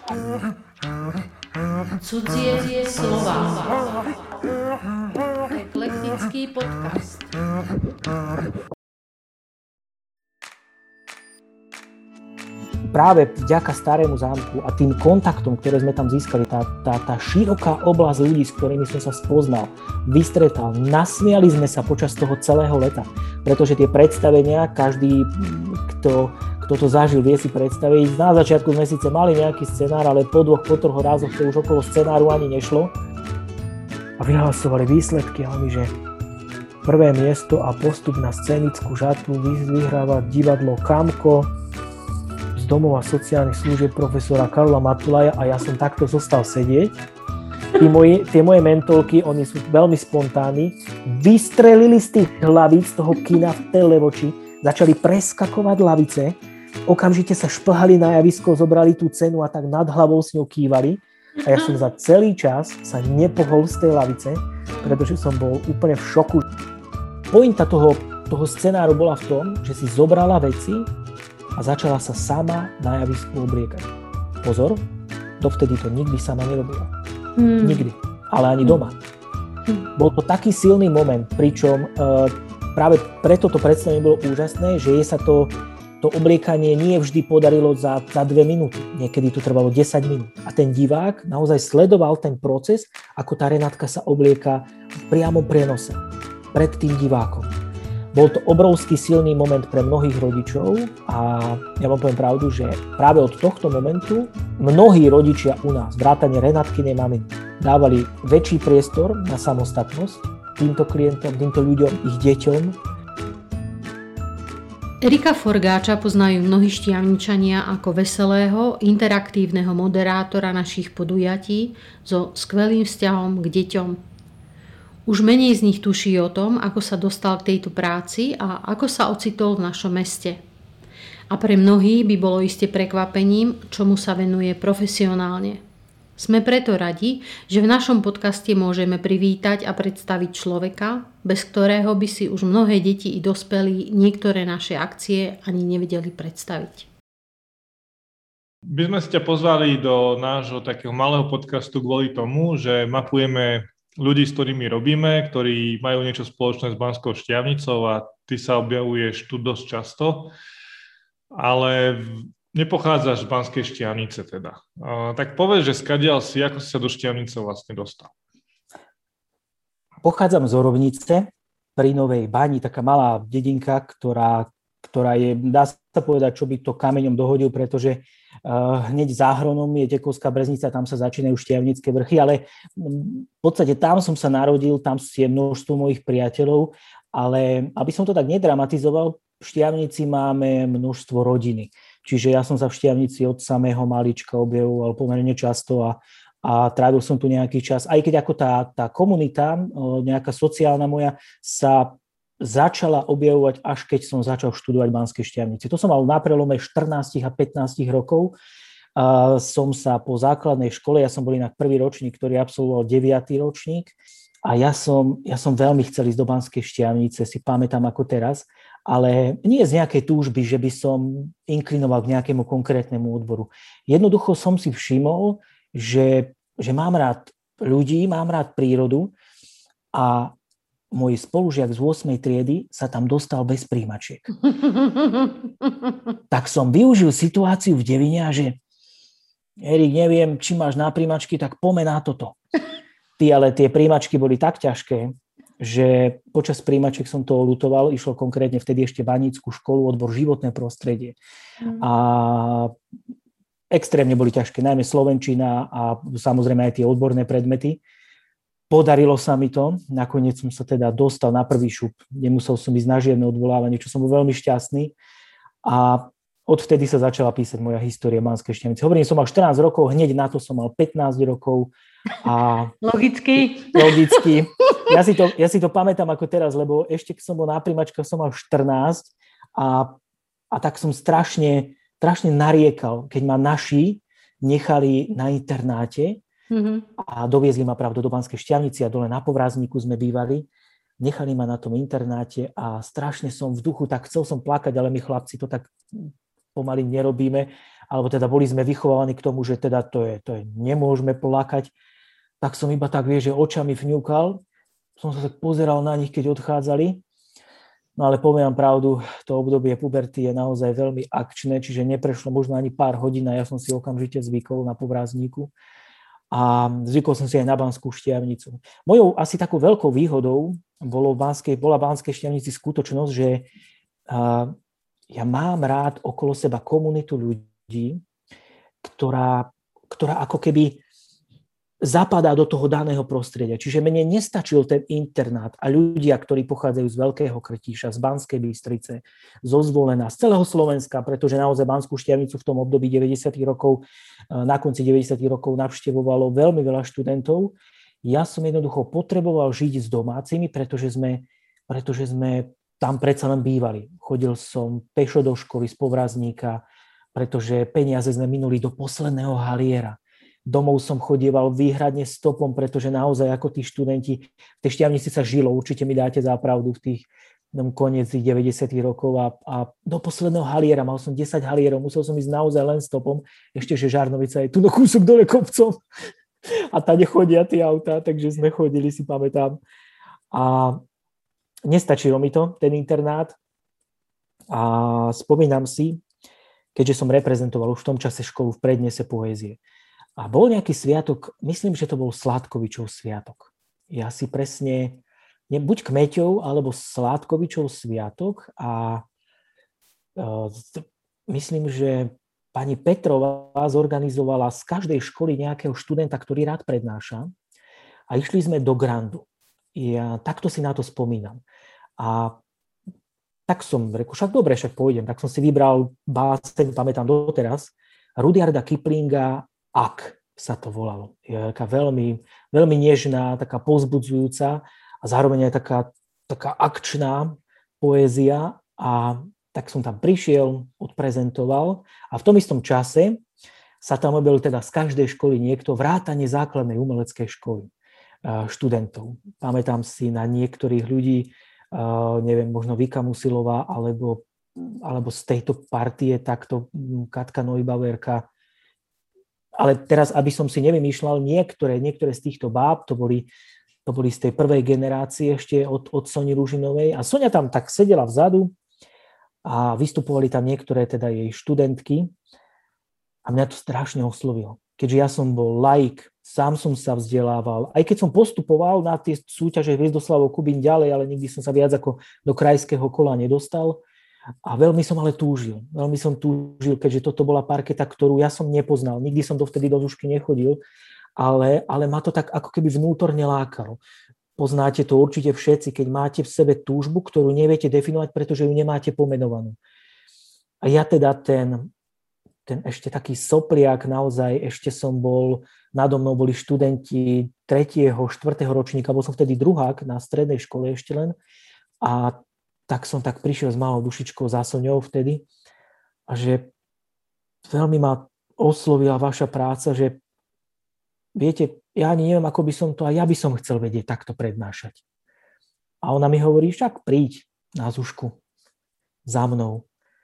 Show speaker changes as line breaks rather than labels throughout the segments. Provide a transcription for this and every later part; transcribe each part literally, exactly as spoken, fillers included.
Cudzie slova. Eklektický podcast.
Práve vďaka Starému zámku a tým kontaktom, ktoré sme tam získali, tá, tá, tá široká oblasť ľudí, s ktorými som sa spoznal, vystretal, nasmiali sme sa počas toho celého leta, pretože tie predstavenia, každý, kto, kto to zažil, vie si predstaviť. Na začiatku sme síce mali nejaký scenár, ale po dvoch, po troch razoch to už okolo scenáru ani nešlo. A vyhlasovali výsledky a oni, že prvé miesto a postup na scénickú žatvu vyhráva divadlo Kamko domova sociálnych služieb profesora Karola Matulaja a ja som takto zostal sedieť. Tí moji, tie moje mentolky, oni sú veľmi spontánni, vystrelili z tých hlavíc toho kina v televoči, začali preskakovať lavice, okamžite sa šplhali na javisko, zobrali tú cenu a tak nad hlavou s ňou kývali a ja som za celý čas sa nepohol z tej lavice, pretože som bol úplne v šoku. Pointa toho, toho scenáru bola v tom, že si zobrala veci a začala sa sama na javisku obliekať. Pozor, dovtedy to nikdy sama nerobila. Hmm. Nikdy. Ale ani doma. Hmm. Bol to taký silný moment, pričom e, práve preto to predstavenie bolo úžasné, že jej sa to, to obliekanie nie vždy podarilo za, za dve minúty. Niekedy to trvalo desať minút. A ten divák naozaj sledoval ten proces, ako tá Renátka sa oblieka v priamom prenose pred tým divákom. Bol to obrovský silný moment pre mnohých rodičov a ja vám poviem pravdu, že práve od tohto momentu mnohí rodičia u nás, vrátane Renátkynej mamy, dávali väčší priestor na samostatnosť týmto klientom, týmto ľuďom, ich deťom.
Erika Forgáča poznajú mnohí Štiavničania ako veselého, interaktívneho moderátora našich podujatí so skvelým vzťahom k deťom. Už menej z nich tuší o tom, ako sa dostal k tejto práci a ako sa ocitol v našom meste. A pre mnohých by bolo iste prekvapením, čomu sa venuje profesionálne. Sme preto radi, že v našom podcaste môžeme privítať a predstaviť človeka, bez ktorého by si už mnohé deti i dospelí niektoré naše akcie ani nevedeli predstaviť.
My sme si ťa pozvali do nášho takého malého podcastu kvôli tomu, že mapujeme ľudí, s ktorými robíme, ktorí majú niečo spoločné s Banskou Štiavnicou a ty sa objavuješ tu dosť často, ale nepochádzaš z Banskej Štiavnice teda. A, tak povedz, že skadiaľ si, ako si sa do Štiavnice vlastne dostal?
Pochádzam z Orovnice, pri Novej Bani, taká malá dedinka, ktorá, ktorá je, dá sa povedať, čo by to kameňom dohodil, pretože Uh, hneď za Hronom je Tekovská Breznica, tam sa začínajú Štiavnické vrchy, ale v podstate tam som sa narodil, tam je množstvo mojich priateľov, ale aby som to tak nedramatizoval, v Štiavnici máme množstvo rodiny. Čiže ja som sa v Štiavnici od samého malička objavoval pomerne často a, a trávil som tu nejaký čas. Aj keď ako tá, tá komunita, nejaká sociálna moja, sa začala objavovať, až keď som začal študovať v Banskej Štiavnici. To som mal na prelome štrnásť a pätnásť rokov. A som sa po základnej škole, ja som bol inak prvý ročník, ktorý absolvoval deviaty ročník a ja som, ja som veľmi chcel ísť do Banskej Štiavnice, si pamätám ako teraz, ale nie z nejakej túžby, že by som inklinoval k nejakému konkrétnemu odboru. Jednoducho som si všimol, že, že mám rád ľudí, mám rád prírodu a môj spolužiak z ôsmej triedy sa tam dostal bez príjmačiek. Tak som využil situáciu v Devine a že Erik, neviem, či máš na príjmačky, tak poďme na toto. Ty, ale tie príjmačky boli tak ťažké, že počas príjmačiek som to ľutoval, išlo konkrétne vtedy ešte banícku školu, odbor životné prostredie. Mm. A extrémne boli ťažké, najmä slovenčina a samozrejme aj tie odborné predmety. Podarilo sa mi to, nakoniec som sa teda dostal na prvý šup, nemusel som ísť na žiadne odvolávanie, čo som bol veľmi šťastný a odvtedy sa začala písať moja história Banskej Štiavnice. Hovorím, som mal štrnásť rokov, hneď na to som mal pätnásť rokov a...
Logicky.
Logicky. Ja si, to, ja si to pamätám ako teraz, lebo ešte keď som bol na primačkách, som mal štrnásť a, a tak som strašne, strašne nariekal, keď ma naši nechali na internáte. Mm-hmm. A doviezli ma pravdu do Banskej Štiavnici a dole na Povrázniku sme bývali. Nechali ma na tom internáte a strašne som v duchu, tak chcel som plakať, ale my chlapci to tak pomaly nerobíme. alebo teda boli sme vychovávaní k tomu, že teda to je, to je nemôžeme plakať, tak som iba tak, vie, že očami fňukal, som sa tak pozeral na nich, keď odchádzali. No ale poviem pravdu, to obdobie puberty je naozaj veľmi akčné, čiže neprešlo možno ani pár hodín a ja som si okamžite zvykol na Povrázníku a zvykol som si aj na Banskú Štiavnicu. Mojou asi takou veľkou výhodou bolo v Banskej, bola v Banskej Štiavnici skutočnosť, že uh, ja mám rád okolo seba komunitu ľudí, ktorá, ktorá ako keby zapadá do toho daného prostredia. Čiže mne nestačil ten internát a ľudia, ktorí pochádzajú z Veľkého Krtíša, z Banskej Bystrice, zo Zvolena, z celého Slovenska, pretože naozaj Banskú Štiavnicu v tom období deväťdesiatych rokov, na konci deväťdesiatych rokov navštevovalo veľmi veľa študentov. Ja som jednoducho potreboval žiť s domácimi, pretože sme, pretože sme tam predsa len bývali. Chodil som pešo do školy z Povrázníka, pretože peniaze sme minuli do posledného haliera. Domov som chodieval výhradne stopom, pretože naozaj ako tí študenti, v tej Štiavnici sa žilo, určite mi dáte zápravdu v tých no, koniec deväťdesiatych rokov a, a do posledného haliera, mal som desať halierov, musel som ísť naozaj len stopom, ešte že Žarnovica je tu no kúsok dole kopcom a tady chodia tie autá, takže sme chodili, si pamätám. A nestačilo mi to, ten internát a spomínam si, keďže som reprezentoval už v tom čase školu v prednese poézie. A bol nejaký sviatok, myslím, že to bol Sládkovičov sviatok. Ja si presne, ne, buď Kmeťov, alebo Sládkovičov sviatok a uh, myslím, že pani Petrová zorganizovala z každej školy nejakého študenta, ktorý rád prednáša a išli sme do Grandu. Ja takto si na to spomínam. A tak som rekol, však dobre, však pôjdem. Tak som si vybral báseň, pamätám doteraz, Rudyarda Kiplinga Ak sa to volalo. Je taká veľmi, veľmi nežná, taká povzbudzujúca a zároveň aj taká, taká akčná poézia a tak som tam prišiel, odprezentoval a v tom istom čase sa tam objavil teda z každej školy niekto vrátane základnej umeleckej školy študentov. Pamätám si na niektorých ľudí, neviem, možno Vika Musilová alebo, alebo z tejto partie takto Katka Neubauerka. Ale teraz, aby som si nevymýšľal, niektoré, niektoré z týchto báb, to boli, to boli z tej prvej generácie ešte od, od Soni Ružinovej. A Sonia tam tak sedela vzadu a vystupovali tam niektoré teda jej študentky. A mňa to strašne oslovilo. Keďže ja som bol laik, sám som sa vzdelával. Aj keď som postupoval na tie súťaže Hviezdoslavov Kubín ďalej, ale nikdy som sa viac ako do krajského kola nedostal. A veľmi som ale túžil. Veľmi som túžil, keďže toto bola parketa, ktorú ja som nepoznal. Nikdy som dovtedy do Zúšky nechodil, ale, ale ma to tak ako keby vnútorne lákalo. Poznáte to určite všetci, keď máte v sebe túžbu, ktorú neviete definovať, pretože ju nemáte pomenovanú. A ja teda ten, ten ešte taký sopliak, naozaj ešte som bol, nado mnou boli študenti tretieho, štvrtého ročníka, bol som vtedy druhák na strednej škole ešte len a tak som tak prišiel s malou dušičkou za Soňou vtedy a že veľmi ma oslovila vaša práca, že viete, ja ani neviem, ako by som to, a ja by som chcel vedieť takto prednášať. A ona mi hovorí, však príď na Zúšku za mnou.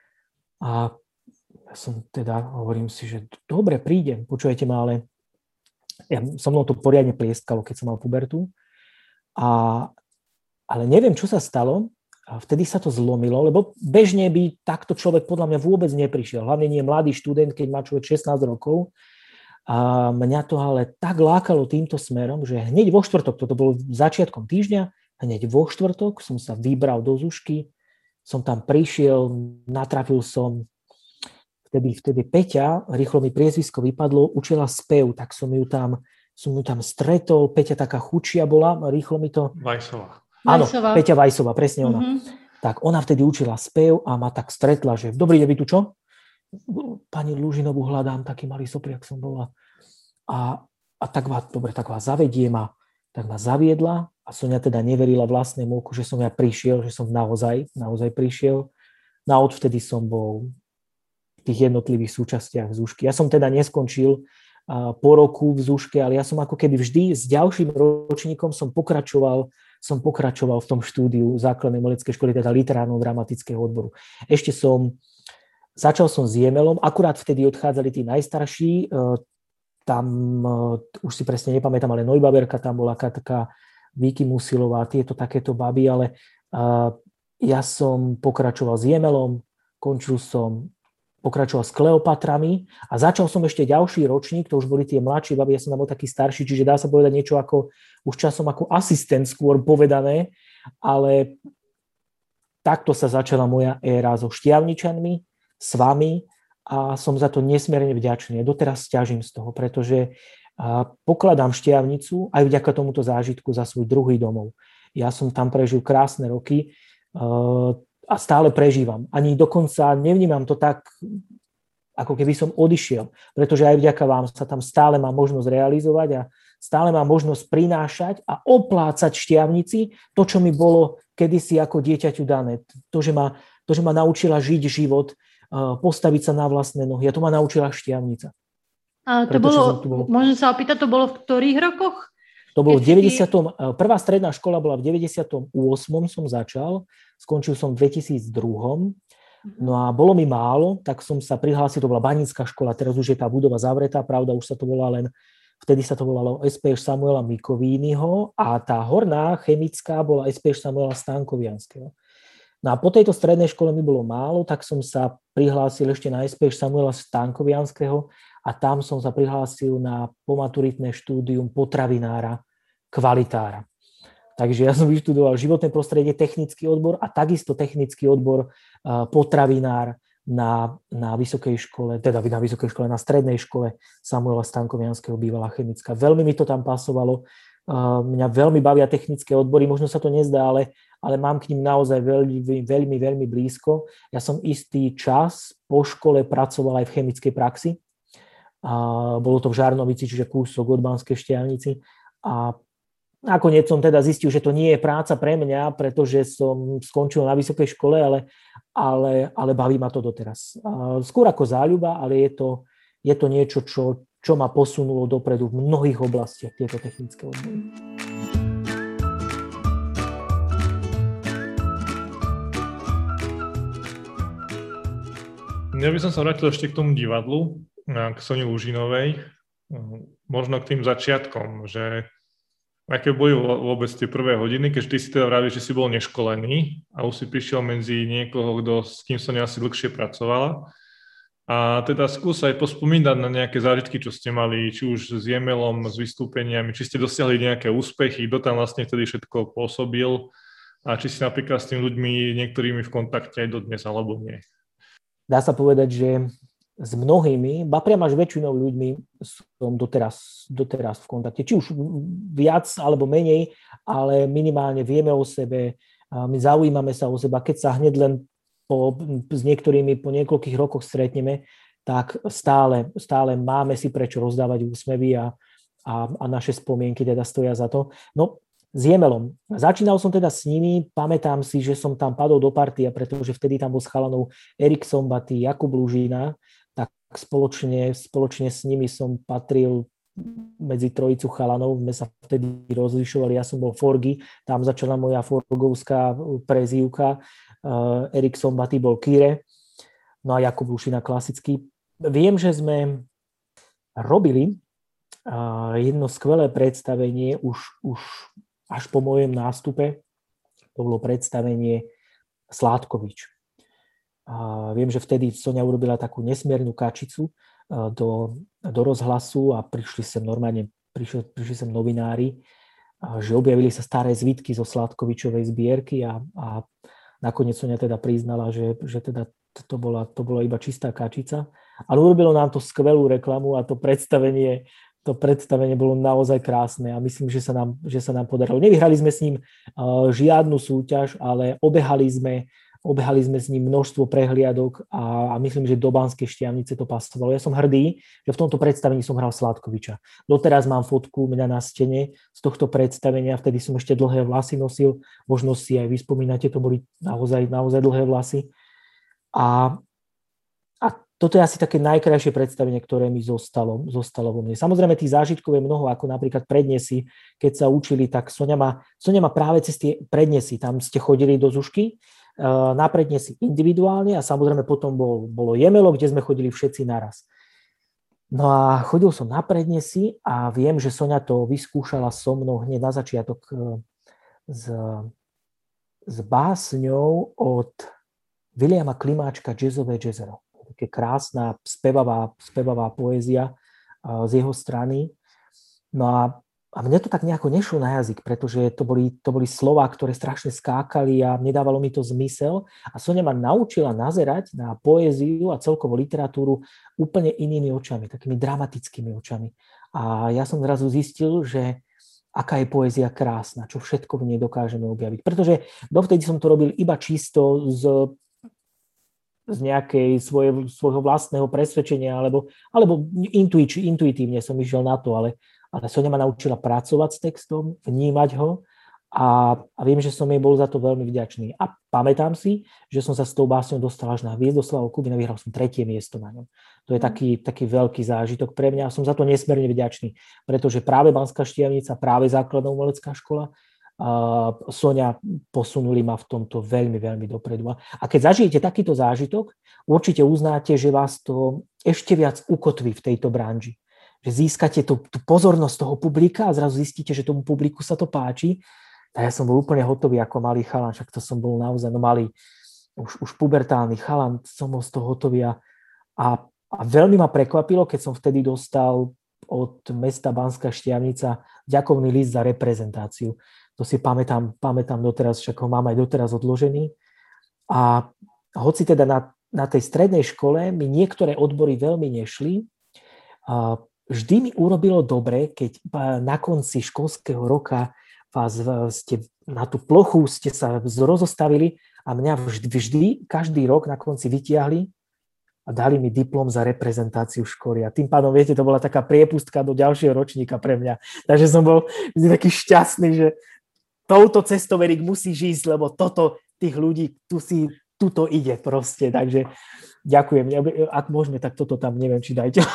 A ja som teda, hovorím si, že dobre, prídem, počujete ma, ale ja, so mnou to poriadne plieskalo, keď som mal pubertu. A, ale neviem, čo sa stalo, a vtedy sa to zlomilo, lebo bežne by takto človek podľa mňa vôbec neprišiel. Hlavne nie mladý študent, keď má človek šestnásť rokov. A mňa to ale tak lákalo týmto smerom, že hneď vo štvrtok, toto bolo začiatkom týždňa, hneď vo štvrtok som sa vybral do Zúšky, som tam prišiel, natrafil som vtedy, vtedy Peťa, rýchlo mi priezvisko vypadlo, učila spev, tak som ju tam, som ju tam stretol, Peťa taká chučia bola, rýchlo mi to...
Vajsová.
Áno,
Vajsová.
Peťa Vajsová, presne ona.
Mm-hmm.
Tak ona vtedy učila spev a ma tak stretla, že dobrý deň, vy tu čo? Pani Lužinovú hľadám, taký malý sopliak som bola. A, a tak vás, dobre, tak vás zavediem a tak ma zaviedla a Soňa teda neverila vlastnému oku, že som ja prišiel, že som naozaj, naozaj prišiel. No a odvtedy som bol v tých jednotlivých súčastiach Zúšky. Ja som teda neskončil uh, po roku v Zúške, ale ja som ako keby vždy s ďalším ročníkom som pokračoval som pokračoval v tom štúdiu základnej umeleckej školy, teda literárno-dramatického odboru. Ešte som začal som s Jemelom, akurát vtedy odchádzali tí najstarší, tam už si presne nepamätám, ale Neubaberka tam bola taká Víky Musilová, tieto takéto baby, ale ja som pokračoval s Jemelom, končil som, pokračoval s Kleopatrami a začal som ešte ďalší ročník, to už boli tie mladšie baby, ja som tam bol taký starší, čiže dá sa povedať niečo ako, už časom ako asistent skôr povedané, ale takto sa začala moja éra so Štiavničanmi, s vami a som za to nesmierne vďačný. Doteraz sťažím z toho, pretože pokladám Štiavnicu aj vďaka tomuto zážitku za svoj druhý domov. Ja som tam prežil krásne roky a stále prežívam. Ani dokonca nevnímam to tak, ako keby som odišiel, pretože aj vďaka vám sa tam stále mám možnosť realizovať a stále mám možnosť prinášať a oplácať Štiavnici to, čo mi bolo kedysi ako dieťaťu dané. To, že ma, to, že ma naučila žiť život, postaviť sa na vlastné nohy. A to ma naučila Štiavnica.
A to bolo, bol... môžem sa opýtať, to bolo v ktorých rokoch?
To bolo v deväťdesiatom Prvá stredná škola bola v deväťdesiatom ôsmom som začal, skončil som v dvetisícdva. No a bolo mi málo, tak som sa prihlásil, to bola banícka škola, teraz už je tá budova zavretá, pravda, už sa to volá len, vtedy sa to volalo es pé eš Samuela Mikovínyho a tá horná chemická bola es pé eš Samuela Stankovianského. No a po tejto strednej škole mi bolo málo, tak som sa prihlásil ešte na es pé eš Samuela Stankovianského a tam som sa prihlásil na pomaturitné štúdium potravinára, kvalitára. Takže ja som vyštudoval životné prostredie, technický odbor a takisto technický odbor potravinár na, na vysokej škole, teda na vysokej škole, na strednej škole Samuela Stankovianského, bývalá chemická. Veľmi mi to tam pasovalo. Mňa veľmi bavia technické odbory, možno sa to nezdá, ale, ale mám k nim naozaj veľmi, veľmi, veľmi blízko. Ja som istý čas po škole pracoval aj v chemickej praxi. A bolo to v Žarnovici, čiže kúsok od Banskej Štiavnici. A nakoniec som teda zistil, že to nie je práca pre mňa, pretože som skončil na vysokej škole, ale, ale, ale baví ma to doteraz. A skôr ako záľuba, ale je to, je to niečo, čo čo ma posunulo dopredu v mnohých oblastiach tieto technické odbory.
Ja by som sa vrátil ešte k tomu divadlu, k Soni Lužinovej, možno k tým začiatkom, že aké boli vôbec tie prvé hodiny, keď ty si teda vravíš, že si bol neškolený a už si prišiel medzi niekoho, kto, s kým Sonia asi dlhšie pracovala. A teda skús aj pospomínať na nejaké zážitky, čo ste mali, či už s Jemelom, s vystúpeniami, či ste dosiahli nejaké úspechy, kto tam vlastne vtedy všetko pôsobil a či si napríklad s tými ľuďmi niektorými v kontakte aj dodnes, alebo nie.
Dá sa povedať, že s mnohými, ba priam až väčšinou ľuďmi som doteraz, doteraz v kontakte. Či už viac alebo menej, ale minimálne vieme o sebe, my zaujímame sa o seba, keď sa hneď len Po, s niektorými po niekoľkých rokoch stretneme, tak stále, stále máme si prečo rozdávať úsmevy a, a, a naše spomienky teda stoja za to. No, s Jemelom. Začínal som teda s nimi, pamätám si, že som tam padol do partia, pretože vtedy tam bol s chalanou Erik Sombaty, Jakub Lužina, tak spoločne, spoločne s nimi som patril medzi trojicu chalanov, sme sa vtedy rozlišovali, ja som bol Forgy, tam začala moja forgovská prezývka, Uh, Erik Sombaty bol Kire, no a Jakub Lušina klasický. Viem, že sme robili uh, jedno skvelé predstavenie už, už až po mojom nástupe. To bolo predstavenie Sládkovič. Uh, viem, že vtedy Sonia urobila takú nesmiernu kačicu uh, do, do rozhlasu a prišli sem normálne, prišli, prišli sem novinári, uh, že objavili sa staré zvitky zo Sládkovičovej zbierky a, a nakoniec Sonia teda priznala, že, že teda to bola, to bola iba čistá kačica. Ale urobilo nám to skvelú reklamu a to predstavenie, to predstavenie bolo naozaj krásne a myslím, že sa nám, že sa nám podarilo. Nevyhrali sme s ním uh, žiadnu súťaž, ale obehali sme, obehali sme s ním množstvo prehliadok a, a myslím, že do Banskej Štiavnice to pasovalo. Ja som hrdý, že v tomto predstavení som hral Sládkoviča. Doteraz mám fotku mňa na stene z tohto predstavenia, vtedy som ešte dlhé vlasy nosil, možno si aj vyspomínate, to boli naozaj, naozaj dlhé vlasy. A, a toto je asi také najkrajšie predstavenie, ktoré mi zostalo, zostalo vo mne. Samozrejme, tých zážitkov je mnoho, ako napríklad prednesy, keď sa učili, tak Sonia má, Sonia má práve cez tie prednesy, tam ste chodili do Zušky, na prednesi individuálne a samozrejme potom bol, bolo Jemelo, kde sme chodili všetci naraz. No a chodil som na prednesi a viem, že Soňa to vyskúšala so mnou hneď na začiatok s, s básňou od Viliama Klimáčka Jazzové jazero. Také krásna, spevavá, spevavá poézia z jeho strany. No a, a mne to tak nejako nešlo na jazyk, pretože to boli, to boli slová, ktoré strašne skákali a nedávalo mi to zmysel. A Soňa ma naučila nazerať na poéziu a celkovú literatúru úplne inými očami, takými dramatickými očami. A ja som zrazu zistil, že aká je poézia krásna, čo všetko v nej dokážeme objaviť. Pretože dovtedy som to robil iba čisto z z nejakej svoje, svojho vlastného presvedčenia, alebo, alebo intuič, intuitívne som išiel na to, ale, ale Soňa ma naučila pracovať s textom, vnímať ho a, a viem, že som jej bol za to veľmi vďačný. A pamätám si, že som sa s tou básňou dostal až na Hviezdoslavu Kubina, vyhral som tretie miesto na ňom. To je taký, taký veľký zážitok pre mňa a som za to nesmierne vďačný, pretože práve Banská Štiavnica, práve základná umelecká škola, Uh, Soňa posunuli ma v tomto veľmi, veľmi dopredu. A keď zažijete takýto zážitok, určite uznáte, že vás to ešte viac ukotví v tejto branži. Že získate tú, tú pozornosť toho publika a zrazu zistíte, že tomu publiku sa to páči. A ja som bol úplne hotový ako malý chalan, však to som bol naozaj no malý, už, už pubertálny chalan, som bol z toho hotový. A, a veľmi ma prekvapilo, keď som vtedy dostal od mesta Banská Štiavnica ďakovný list za reprezentáciu. To si pamätám, pamätám doteraz, však ho mám aj doteraz odložený. A hoci teda na, na tej strednej škole mi niektoré odbory veľmi nešli, a vždy mi urobilo dobre, keď na konci školského roka vás ste, na tú plochu ste sa rozostavili a mňa vždy, vždy, každý rok na konci vytiahli a dali mi diplom za reprezentáciu školy. A tým pádom, viete, to bola taká priepustka do ďalšieho ročníka pre mňa. Takže som bol taký šťastný, že touto cestou, Erik, musíš ísť, lebo toto tých ľudí, tu si, tuto ide proste. Takže ďakujem. Ak môžeme, tak toto tam neviem, či dajte.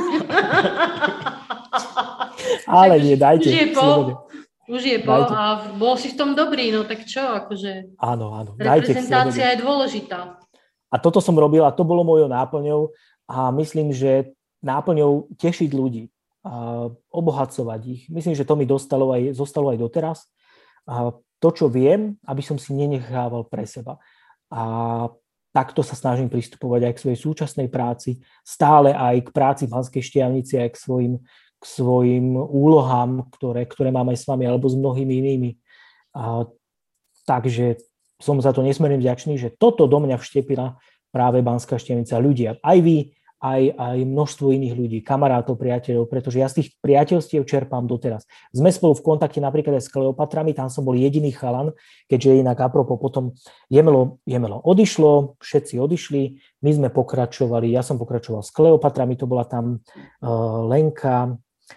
Ale nie, dajte.
Už je po, už je po a bol si v tom dobrý, no tak čo, akože.
Áno, áno.
Reprezentácia je dôležitá.
A toto som robil a to bolo mojou náplňou a myslím, že náplňou tešiť ľudí, a obohacovať ich. Myslím, že to mi dostalo aj, zostalo aj doteraz. A to, čo viem, aby som si nenechával pre seba. A takto sa snažím pristupovať aj k svojej súčasnej práci, stále aj k práci v Banskej Štiavnici, aj k svojim, k svojim úlohám, ktoré, ktoré mám aj s vami, alebo s mnohými inými. A, takže som za to nesmierne vďačný, že toto do mňa vštepila práve Banská Štiavnica. Ľudia, aj vy, aj, aj množstvo iných ľudí, kamarátov, priateľov, pretože ja z tých priateľstiev čerpám doteraz. Sme spolu v kontakte napríklad aj s Kleopatrami, tam som bol jediný chalan, keďže inak apropo potom Jemelo, Jemelo odišlo, všetci odišli, my sme pokračovali, ja som pokračoval s Kleopatrami, to bola tam uh, Lenka,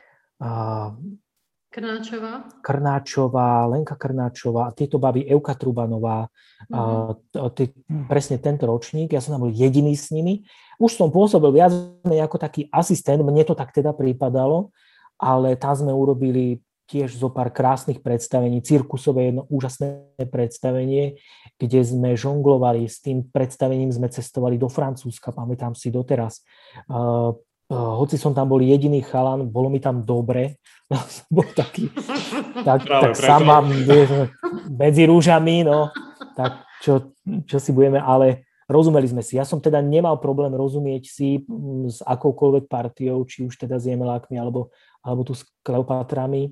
uh,
Krnáčová.
Krnáčová, Lenka Krnáčová, tieto baby, Euka Trubanová, mm-hmm. a, t- presne tento ročník, ja som tam bol jediný s nimi. Už som pôsobil viac ako taký asistent, mne to tak teda prípadalo, ale tam sme urobili tiež zo pár krásnych predstavení, cirkusové jedno úžasné predstavenie, kde sme žonglovali, s tým predstavením sme cestovali do Francúzska, pamätám si doteraz. Uh, Uh, hoci som tam bol jediný chalan, bolo mi tam dobre, bol taký, tak, tak sám mám medzi rúžami, no, tak čo, čo si budeme, ale rozumeli sme si. Ja som teda nemal problém rozumieť si s akoukoľvek partiou, či už teda s Jemelákmi, alebo, alebo tu s Kleopatrami,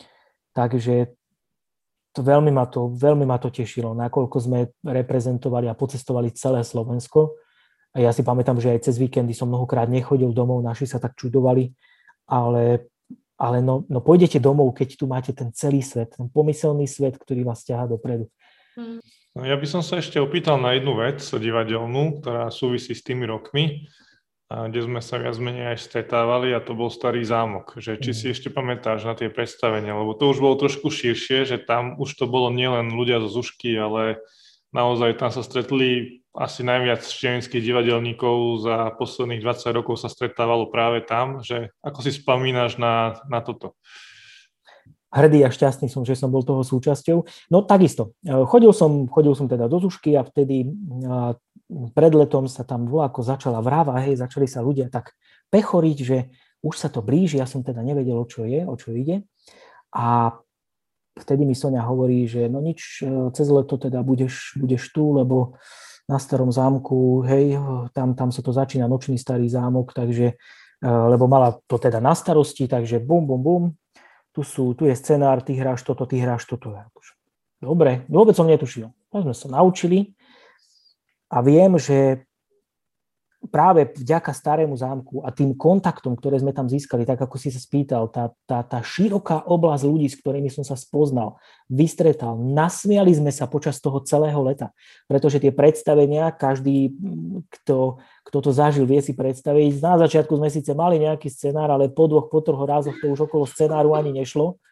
takže to veľmi ma to, veľmi ma to tešilo, nakoľko sme reprezentovali a pocestovali celé Slovensko. A ja si pamätám, že aj cez víkendy som mnohokrát nechodil domov, naši sa tak čudovali, ale, ale no, no pôjdete domov, keď tu máte ten celý svet, ten pomyselný svet, ktorý vás ťahá dopredu.
No, ja by som sa ešte opýtal na jednu vec divadelnú, ktorá súvisí s tými rokmi, kde sme sa viac menej aj stretávali a to bol Starý zámok. Že či si ešte pamätáš na tie predstavenia, lebo to už bolo trošku širšie, že tam už to bolo nielen ľudia zo Zušky, ale naozaj tam sa stretli asi najviac štiavnických divadelníkov za posledných dvadsať rokov sa stretávalo práve tam, že ako si spomínaš na, na toto?
hrdý a šťastný som, že som bol toho súčasťou. No takisto, chodil som, chodil som teda do Zušky a vtedy pred letom sa tam voľako začala vráva, hej, začali sa ľudia tak pechoriť, že už sa to blíži, ja som teda nevedel, o čo je, o čo ide. A vtedy mi Soňa hovorí, že no nič, cez leto teda budeš, budeš tu, lebo na Starom zámku, hej, tam, tam sa to začína nočný Starý zámok, takže, lebo mala to teda na starosti, takže bum, bum, bum, tu, sú, tu je scenár, ty hráš toto, ty hráš toto. Dobre, vôbec som netušil. Tak sme sa naučili a viem, že práve vďaka Starému zámku a tým kontaktom, ktoré sme tam získali, tak ako si sa spýtal, tá, tá, tá široká oblasť ľudí, s ktorými som sa spoznal, vystretal, nasmiali sme sa počas toho celého leta, pretože tie predstavenia, každý, kto, kto to zažil, vie si predstaviť. Na začiatku sme síce mali nejaký scenár, ale po dvoch, po troch razoch to už okolo scenáru ani nešlo.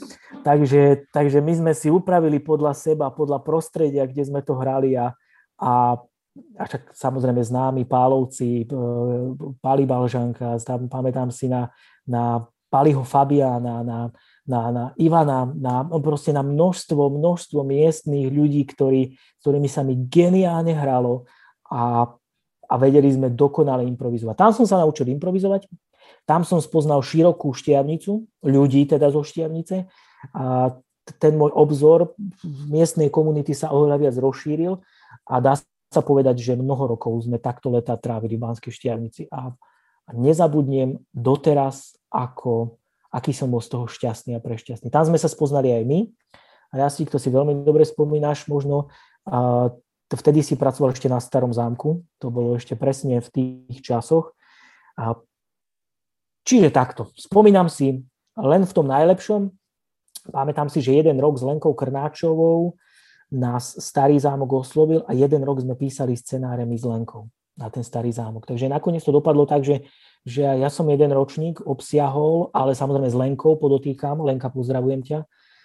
Takže, takže my sme si upravili podľa seba, podľa prostredia, kde sme to hrali a, a A však samozrejme známi Pálovci, Pali Balžanka, tam pamätám si na, na Paliho Fabiána, na, na, na Ivana, na, proste na množstvo, množstvo miestných ľudí, ktorí, ktorými sa mi geniálne hralo a, a vedeli sme dokonale improvizovať. Tam som sa naučil improvizovať, tam som spoznal širokú Štiavnicu, ľudí teda zo Štiavnice a ten môj obzor v miestnej komunity sa oveľa viac rozšíril a dá sa povedať, že mnoho rokov sme takto leta trávili v Banskej Štiavnici a, a nezabudnem doteraz, ako, aký som bol z toho šťastný a prešťastný. Tam sme sa spoznali aj my a ja si, kto si veľmi dobre spomínaš, možno a, to vtedy si pracoval ešte na Starom zámku, to bolo ešte presne v tých časoch. A, čiže takto, spomínam si len v tom najlepšom, pamätám si, že jeden rok s Lenkou Krnáčovou nás Starý zámok oslovil a jeden rok sme písali scenáre my s Lenkou na ten Starý zámok. Takže nakoniec to dopadlo tak, že, že ja som jeden ročník obsiahol, ale samozrejme s Lenkou podotýkam. Lenka, pozdravujem ťa.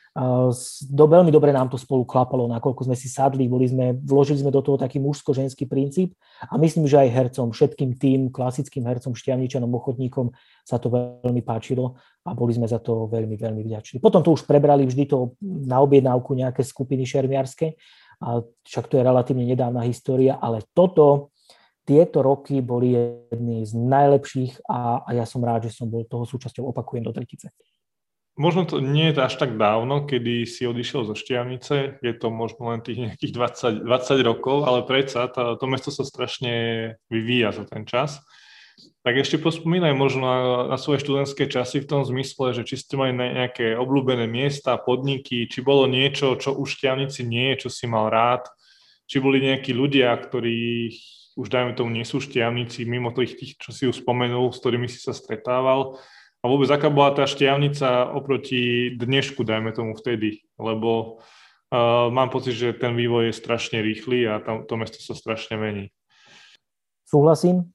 Do, veľmi dobre nám to spolu klapalo, nakoľko sme si sadli, boli sme, vložili sme do toho taký mužsko-ženský princíp a myslím, že aj hercom, všetkým tým klasickým hercom, Štiavničanom, ochotníkom sa to veľmi páčilo a boli sme za to veľmi, veľmi vďační. Potom to už prebrali vždy to na objednávku nejaké skupiny šermiarske, a však to je relatívne nedávna história, ale toto, tieto roky boli jedny z najlepších a, a ja som rád, že som bol toho súčasťou, opakujem, do tretice.
Možno to nie je až tak dávno, kedy si odišiel zo Štiavnice, je to možno len tých nejakých dvadsať, dvadsať rokov, ale predsa to, to mesto sa strašne vyvíja za ten čas. Tak ešte pospomínaj možno na, na svoje študentské časy v tom zmysle, že či ste mali nejaké obľúbené miesta, podniky, či bolo niečo, čo už v Štiavnici nie je, čo si mal rád, či boli nejakí ľudia, ktorí už dajme tomu nie sú Štiavnici, mimo tých, tých, čo si už spomenul, s ktorými si sa stretával. A vôbec, aká bola tá Štiavnica oproti dnešku, dajme tomu vtedy, lebo uh, mám pocit, že ten vývoj je strašne rýchly a tam, to mesto sa strašne mení.
Súhlasím,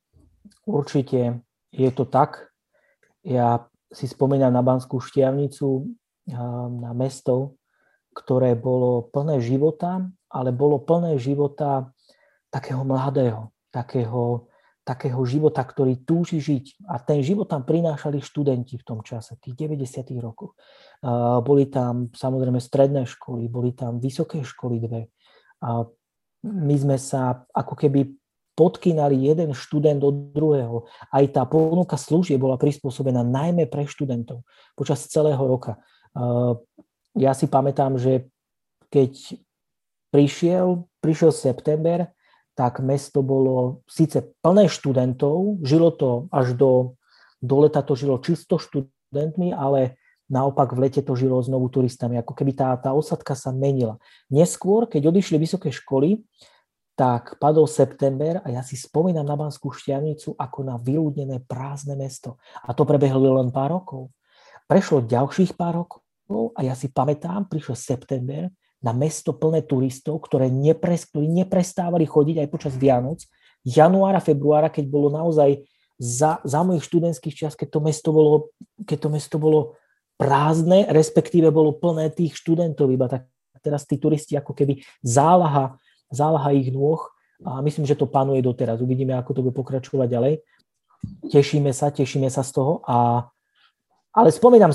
určite je to tak. Ja si spomínam na Banskú Štiavnicu, na mesto, ktoré bolo plné života, ale bolo plné života takého mladého, takého takého života, ktorý túži žiť. A ten život tam prinášali študenti v tom čase, v tých deväťdesiatych rokoch. Uh, boli tam samozrejme stredné školy, boli tam vysoké školy dve. A my sme sa ako keby podkynali jeden študent od druhého. Aj tá ponuka služieb bola prispôsobená najmä pre študentov počas celého roka. Uh, ja si pamätám, že keď prišiel, prišiel september, tak mesto bolo síce plné študentov, žilo to až do, do leta to žilo čisto študentmi, ale naopak v lete to žilo znovu turistami, ako keby tá, tá osadka sa menila. Neskôr, keď odišli vysoké školy, tak padol september a ja si spomínam na Banskú Štiavnicu ako na vyľudnené prázdne mesto. A to prebehlo len pár rokov. Prešlo ďalších pár rokov a ja si pamätám, prišiel september, na mesto plné turistov, ktoré nepres, ktorí neprestávali chodiť aj počas Vianoc, januára, februára, keď bolo naozaj za, za mojich študentských čas, keď to mesto bolo, keď to mesto bolo prázdne, respektíve bolo plné tých študentov, iba tak teraz tí turisti ako keby zálaha, zálaha ich nôh a myslím, že to panuje doteraz. Uvidíme, ako to bude pokračovať ďalej. Tešíme sa, tešíme sa z toho a ale spomínam si,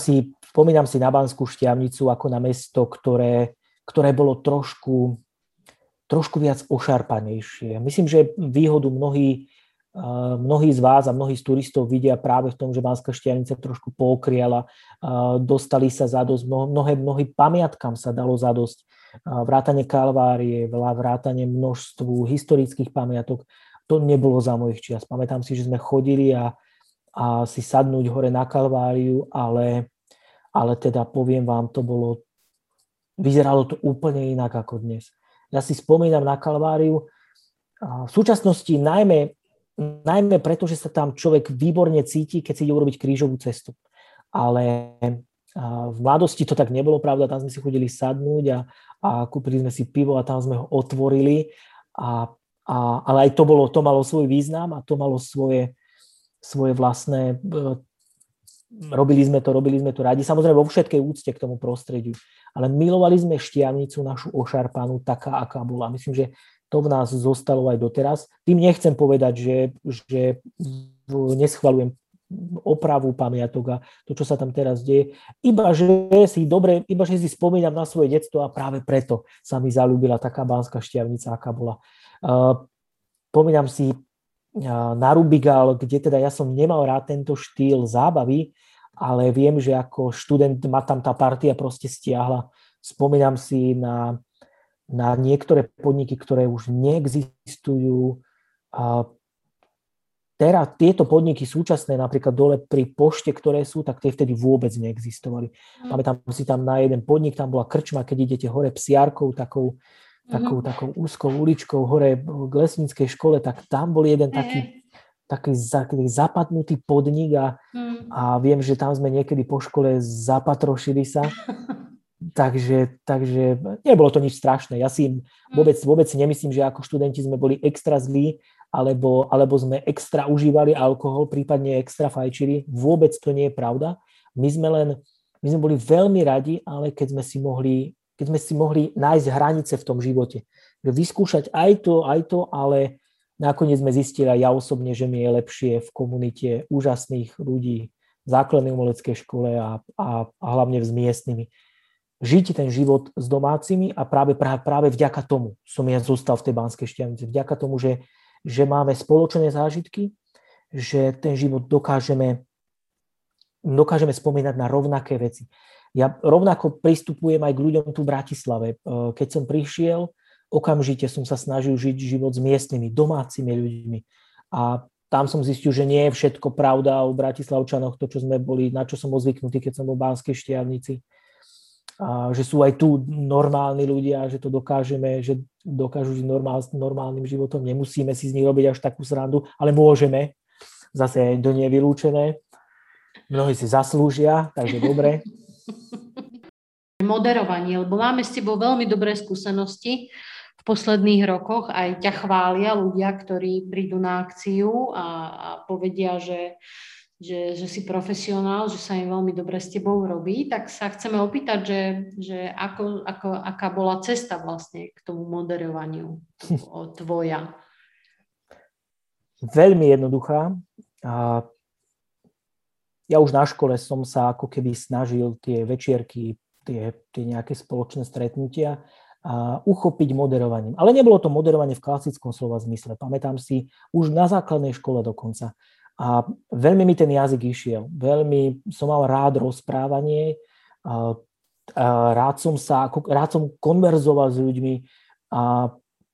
spomínam si na Banskú Štiavnicu ako na mesto, ktoré, ktoré bolo trošku, trošku viac ošarpanejšie. Myslím, že výhodu mnohí, mnohí z vás a mnohí z turistov vidia práve v tom, že Banská Štiavnica trošku pookriala, dostali sa zadosť, mnohé, mnohým pamiatkám sa dalo zadosť, vrátane Kalvárie, vrátane množstvu historických pamiatok. To nebolo za mojich čias. Pamätám si, že sme chodili a, a si sadnúť hore na Kalváriu, ale, ale teda poviem vám, to bolo, vyzeralo to úplne inak ako dnes. Ja si spomínam na Kalváriu v súčasnosti najmä, najmä preto, že sa tam človek výborne cíti, keď si ide urobiť krížovú cestu. Ale v mladosti to tak nebolo, pravda, tam sme si chodili sadnúť a, a kúpili sme si pivo a tam sme ho otvorili a A, ale aj to, bolo, to malo svoj význam a to malo svoje, svoje vlastné... Robili sme to, robili sme to radi. Samozrejme vo všetkej úcte k tomu prostrediu. Ale milovali sme Štiavnicu, našu ošarpanú, taká, aká bola. Myslím, že to v nás zostalo aj doteraz. Tým nechcem povedať, že, že neschvaľujem opravu pamiatok a to, čo sa tam teraz deje. Iba, že si dobre, iba, že si spomínam na svoje detstvo a práve preto sa mi zaľúbila taká Banská Štiavnica, aká bola. Uh, pomínam si uh, na Rubigal, kde teda ja som nemal rád tento štýl zábavy, ale viem, že ako študent ma tam tá partia proste stiahla. Spomínam si na, na niektoré podniky, ktoré už neexistujú. Uh, teraz tieto podniky súčasné, napríklad dole pri pošte, ktoré sú, tak tie vtedy vôbec neexistovali. Mm. Pamätám si tam na jeden podnik, tam bola krčma, keď idete hore Psiarkou, takou Takou, takou úzkou uličkou hore k lesníckej škole, tak tam bol jeden taký, taký, taký zapadnutý podnik a, a viem, že tam sme niekedy po škole zapatrošili sa. takže, takže nebolo to nič strašné. Ja si vôbec, vôbec si nemyslím, že ako študenti sme boli extra zlí, alebo, alebo sme extra užívali alkohol, prípadne extra fajčili. Vôbec to nie je pravda. My sme len, my sme boli veľmi radi, ale keď sme si mohli keď sme si mohli nájsť hranice v tom živote. Vyskúšať aj to, aj to, ale nakoniec sme zistili aj ja osobne, že mi je lepšie v komunite úžasných ľudí v základnej umeleckej škole a, a, a hlavne s miestnymi. Žiť ten život s domácimi a práve, práve, práve vďaka tomu som ja zostal v tej Banskej Štiavnici. Vďaka tomu, že, že máme spoločné zážitky, že ten život dokážeme, dokážeme spomínať na rovnaké veci. Ja rovnako pristupujem aj k ľuďom tu v Bratislave. Keď som prišiel, okamžite som sa snažil žiť život s miestnymi, domácimi ľuďmi. A tam som zistil, že nie je všetko pravda o Bratislavčanoch, to, čo sme boli, na čo som bol zvyknutý, keď som bol v Banskej Štiavnici. A že sú aj tu normálni ľudia, že to dokážeme, že dokážu žiť normál, normálnym životom. Nemusíme si z nich robiť až takú srandu, ale môžeme. Zase to nie je vylúčené. Mnohí si zaslúžia, takže dobre.
Moderovanie, lebo máme s tebou veľmi dobré skúsenosti v posledných rokoch, aj ťa chvália ľudia, ktorí prídu na akciu a, a povedia, že, že, že si profesionál, že sa im veľmi dobre s tebou robí, tak sa chceme opýtať, že, že ako, ako, aká bola cesta vlastne k tomu moderovaniu tvoja?
Veľmi jednoduchá. A ja už na škole som sa ako keby snažil tie večierky, tie, tie nejaké spoločné stretnutia a uchopiť moderovaním. Ale nebolo to moderovanie v klasickom slova zmysle. Pamätám si už na základnej škole dokonca. A veľmi mi ten jazyk išiel. Veľmi som mal rád rozprávanie. A, a rád som sa, rád som konverzoval s ľuďmi. A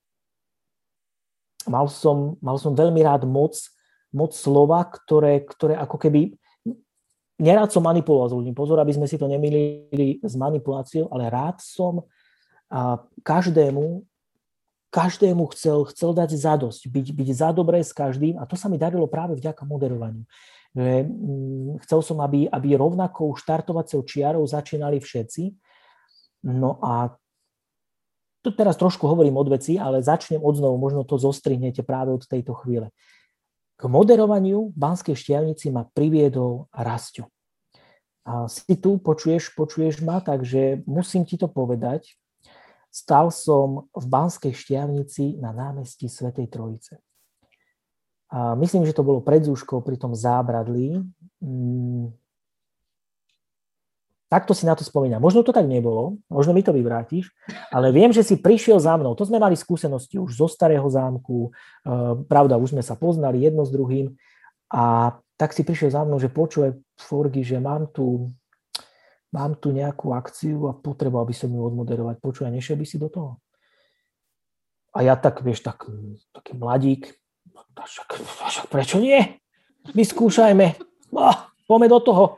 mal som, mal som veľmi rád moc, moc slova, ktoré, ktoré ako keby... Nerád som manipuloval s ľuďmi. Pozor, aby sme si to nemýlili s manipuláciou, ale rád som a každému, každému chcel, chcel dať zadosť, byť, byť za dobré s každým a to sa mi darilo práve vďaka moderovaniu. Že, hm, chcel som, aby, aby rovnakou štartovacou čiarou začínali všetci. No a tu teraz trošku hovorím od veci, ale začnem odznovu, možno to zostrihnete práve od tejto chvíle. K moderovaniu v Banskej Štiavnici ma priviedol Rasťo. A si tu, počuješ, počuješ ma, takže musím ti to povedať. Stal som v Banskej Štiavnici na námestí Svätej Trojice. A myslím, že to bolo pred Zúškou pri tom zábradlí. takto si na to spomínam. Možno to tak nebolo, možno mi to vyvrátiš, ale viem, že si prišiel za mnou. To sme mali skúsenosti už zo starého zámku, pravda, už sme sa poznali jedno s druhým a tak si prišiel za mnou, že počúvaj, Forgy, že mám tu, mám tu nejakú akciu a potreboval by som ju odmoderovať. Počúvaj, nešiel by si do toho? A ja tak, vieš, tak, taký mladík, však, však prečo nie? Vyskúšajme, oh, poďme do toho.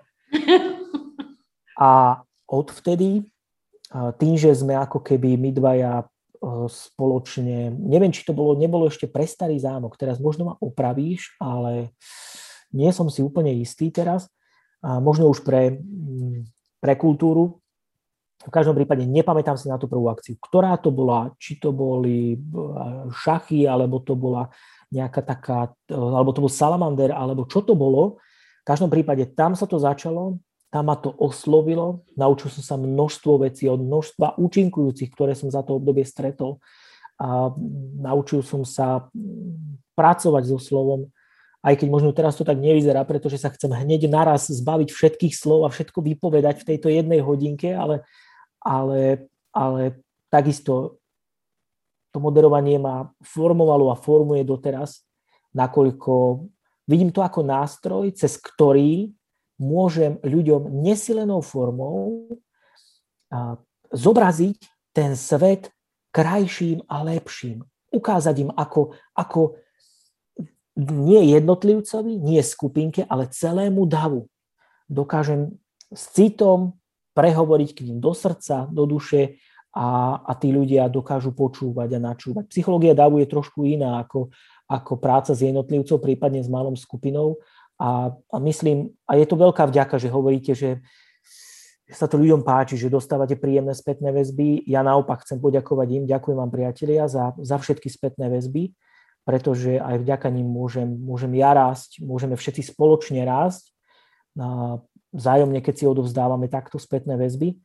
A odvtedy, tým, že sme ako keby my dvaja spoločne, neviem, či to bolo, nebolo ešte pre starý zámok, teraz možno ma opravíš, ale nie som si úplne istý teraz, a možno už pre, pre kultúru. V každom prípade nepamätám si na tú prvú akciu. Ktorá to bola, či to boli šachy, alebo to bola nejaká taká, alebo to bol salamander, alebo čo to bolo. V každom prípade tam sa to začalo, tam ma to oslovilo, naučil som sa množstvo vecí od množstva účinkujúcich, ktoré som za to obdobie stretol. A naučil som sa pracovať so slovom, aj keď možno teraz to tak nevyzerá, pretože sa chcem hneď naraz zbaviť všetkých slov a všetko vypovedať v tejto jednej hodinke, ale, ale, ale takisto to moderovanie ma formovalo a formuje doteraz, nakoľko vidím to ako nástroj, cez ktorý môžem ľuďom nesilenou formou zobraziť ten svet krajším a lepším. Ukázať im ako, ako nie jednotlivcovi, nie skupinke, ale celému davu. Dokážem s citom prehovoriť k ním do srdca, do duše a, a tí ľudia dokážu počúvať a načúvať. Psychológia davu je trošku iná ako, ako práca s jednotlivcov, prípadne s malou skupinou. A, a myslím, a je to veľká vďaka, že hovoríte, že sa to ľuďom páči, že dostávate príjemné spätné väzby. Ja naopak chcem poďakovať im, ďakujem vám priatelia za, za všetky spätné väzby, pretože aj vďaka nim môžem, môžem ja rásť, môžeme všetci spoločne rásť, a vzájomne, keď si odovzdávame takto spätné väzby.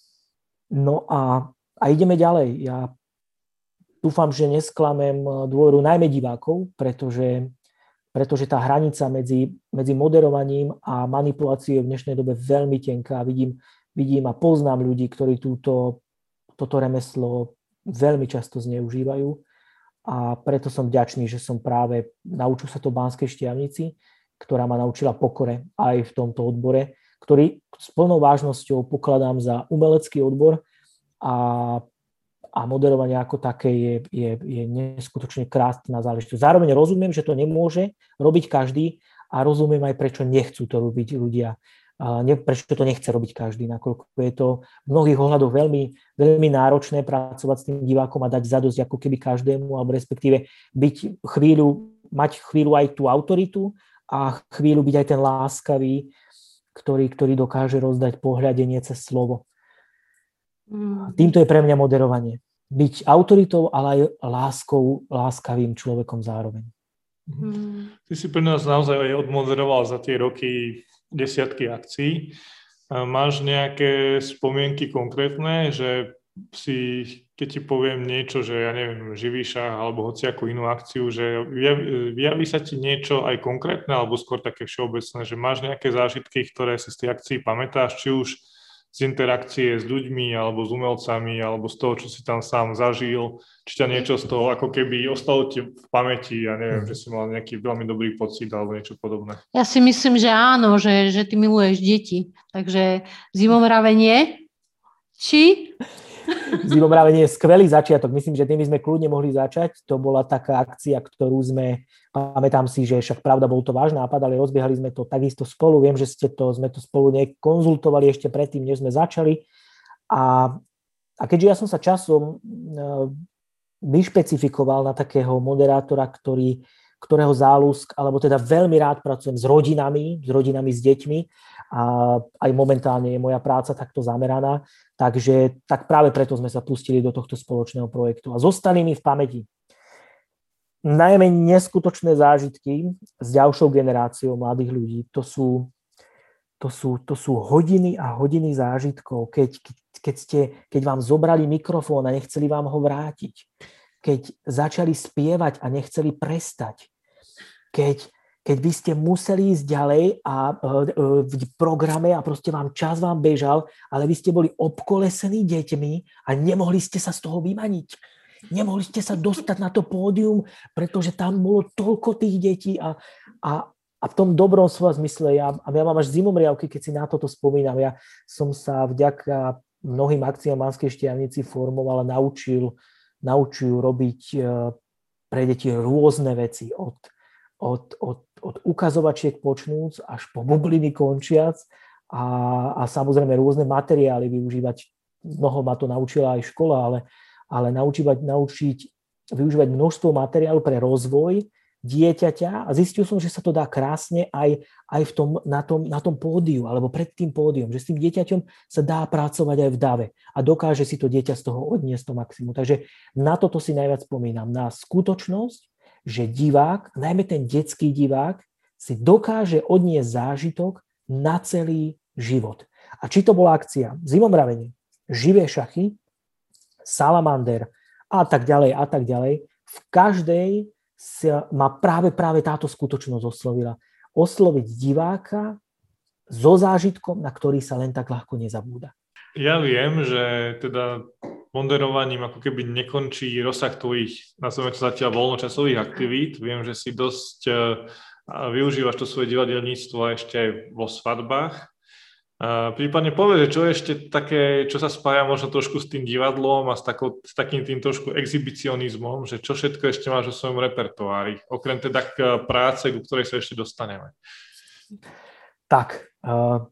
No a, a ideme ďalej. Ja dúfam, že nesklamem dôveru najmä divákov, pretože pretože tá hranica medzi, medzi moderovaním a manipuláciou je v dnešnej dobe veľmi tenká. Vidím, vidím a poznám ľudí, ktorí túto, toto remeslo veľmi často zneužívajú a preto som vďačný, že som práve naučil sa to v Banskej Štiavnici, ktorá ma naučila pokore aj v tomto odbore, ktorý s plnou vážnosťou pokladám za umelecký odbor a a moderovanie ako také je, je, je neskutočne krásna záležitosť. Zároveň rozumiem, že to nemôže robiť každý a rozumiem aj, prečo nechcú to robiť ľudia. A ne, prečo to nechce robiť každý, nakoľko je to v mnohých ohľadoch veľmi, veľmi náročné pracovať s tým divákom a dať zadosť ako keby každému, alebo respektíve byť chvíľu, mať chvíľu aj tú autoritu a chvíľu byť aj ten láskavý, ktorý, ktorý dokáže rozdať pohľadenie cez slovo. Týmto je pre mňa moderovanie. Byť autoritou, ale aj láskou, láskavým človekom zároveň.
Mm. Ty si pre nás naozaj aj odmoderoval za tie roky desiatky akcií. Máš nejaké spomienky konkrétne, že si, keď ti poviem niečo, že ja neviem, živíša alebo hociakú inú akciu, že javí sa ti niečo aj konkrétne alebo skôr také všeobecné, že máš nejaké zážitky, ktoré si z tej akcií pamätáš, či už z interakcie s ľuďmi, alebo s umelcami, alebo z toho, čo si tam sám zažil, či ťa niečo z toho, ako keby ostalo ti v pamäti, ja neviem, že si mal nejaký veľmi dobrý pocit, alebo niečo podobné.
Ja si myslím, že áno, že, že ty miluješ deti, takže zimomravenie, či?
Zimomravenie je skvelý začiatok, myslím, že tým by sme kľudne mohli začať, to bola taká akcia, ktorú sme, pamätám si, že však pravda, bol to váš nápad, ale rozbiehali sme to takisto spolu, viem, že ste to, sme to spolu konzultovali ešte predtým, než sme začali a, a keďže ja som sa časom vyšpecifikoval na takého moderátora, ktorý, ktorého záľusk, alebo teda veľmi rád pracujem s rodinami, s rodinami, s deťmi a aj momentálne je moja práca takto zameraná, takže tak práve preto sme sa pustili do tohto spoločného projektu a zostali mi v pamäti najmä neskutočné zážitky s ďalšou generáciou mladých ľudí. To sú, to sú, to sú hodiny a hodiny zážitkov, keď, keď, keď, ste, keď vám zobrali mikrofón a nechceli vám ho vrátiť, keď začali spievať a nechceli prestať, keď, keď by ste museli ísť ďalej a v programe a proste vám čas vám bežal, ale vy ste boli obkolesení deťmi a nemohli ste sa z toho vymaniť. Nemohli ste sa dostať na to pódium, pretože tam bolo toľko tých detí a, a, a v tom dobrom slova zmysle, ja, a ja mám až zimomriavky, keď si na toto spomínam, ja som sa vďaka mnohým akciám v Banskej Štiavnici formoval a naučil, naučil robiť pre deti rôzne veci od Od, od, od ukazovačiek počnúc až po bubliny končiac a, a samozrejme rôzne materiály využívať. Mnoho ma to naučila aj škola, ale, ale naučiť, naučiť využívať množstvo materiálu pre rozvoj dieťaťa a zistil som, že sa to dá krásne aj, aj v tom, na, tom, na tom pódiu alebo pred tým pódium, že s tým dieťaťom sa dá pracovať aj v dave a dokáže si to dieťa z toho odniesť to maximum. Takže na toto si najviac spomínam, na skutočnosť, že divák, najmä ten detský divák, si dokáže odniesť zážitok na celý život. A či to bola akcia Zimomravenie, Živé šachy, Salamander a tak ďalej a tak ďalej, v každej sa ma práve, práve táto skutočnosť oslovila. Osloviť diváka so zážitkom, na ktorý sa len tak ľahko nezabúda.
Ja viem, že teda moderovaním ako keby nekončí rozsah tvojich, nazveme to zatiaľ, voľnočasových aktivít. Viem, že si dosť uh, využívaš to svoje divadelníctvo ešte aj vo svadbách. Uh, prípadne povedz, čo je ešte také, čo sa spája možno trošku s tým divadlom a s, takou, s takým tým trošku exhibicionizmom, že čo všetko ešte máš vo svojom repertoári, okrem teda práce, ku ktorej sa ešte dostaneme.
Tak, uh,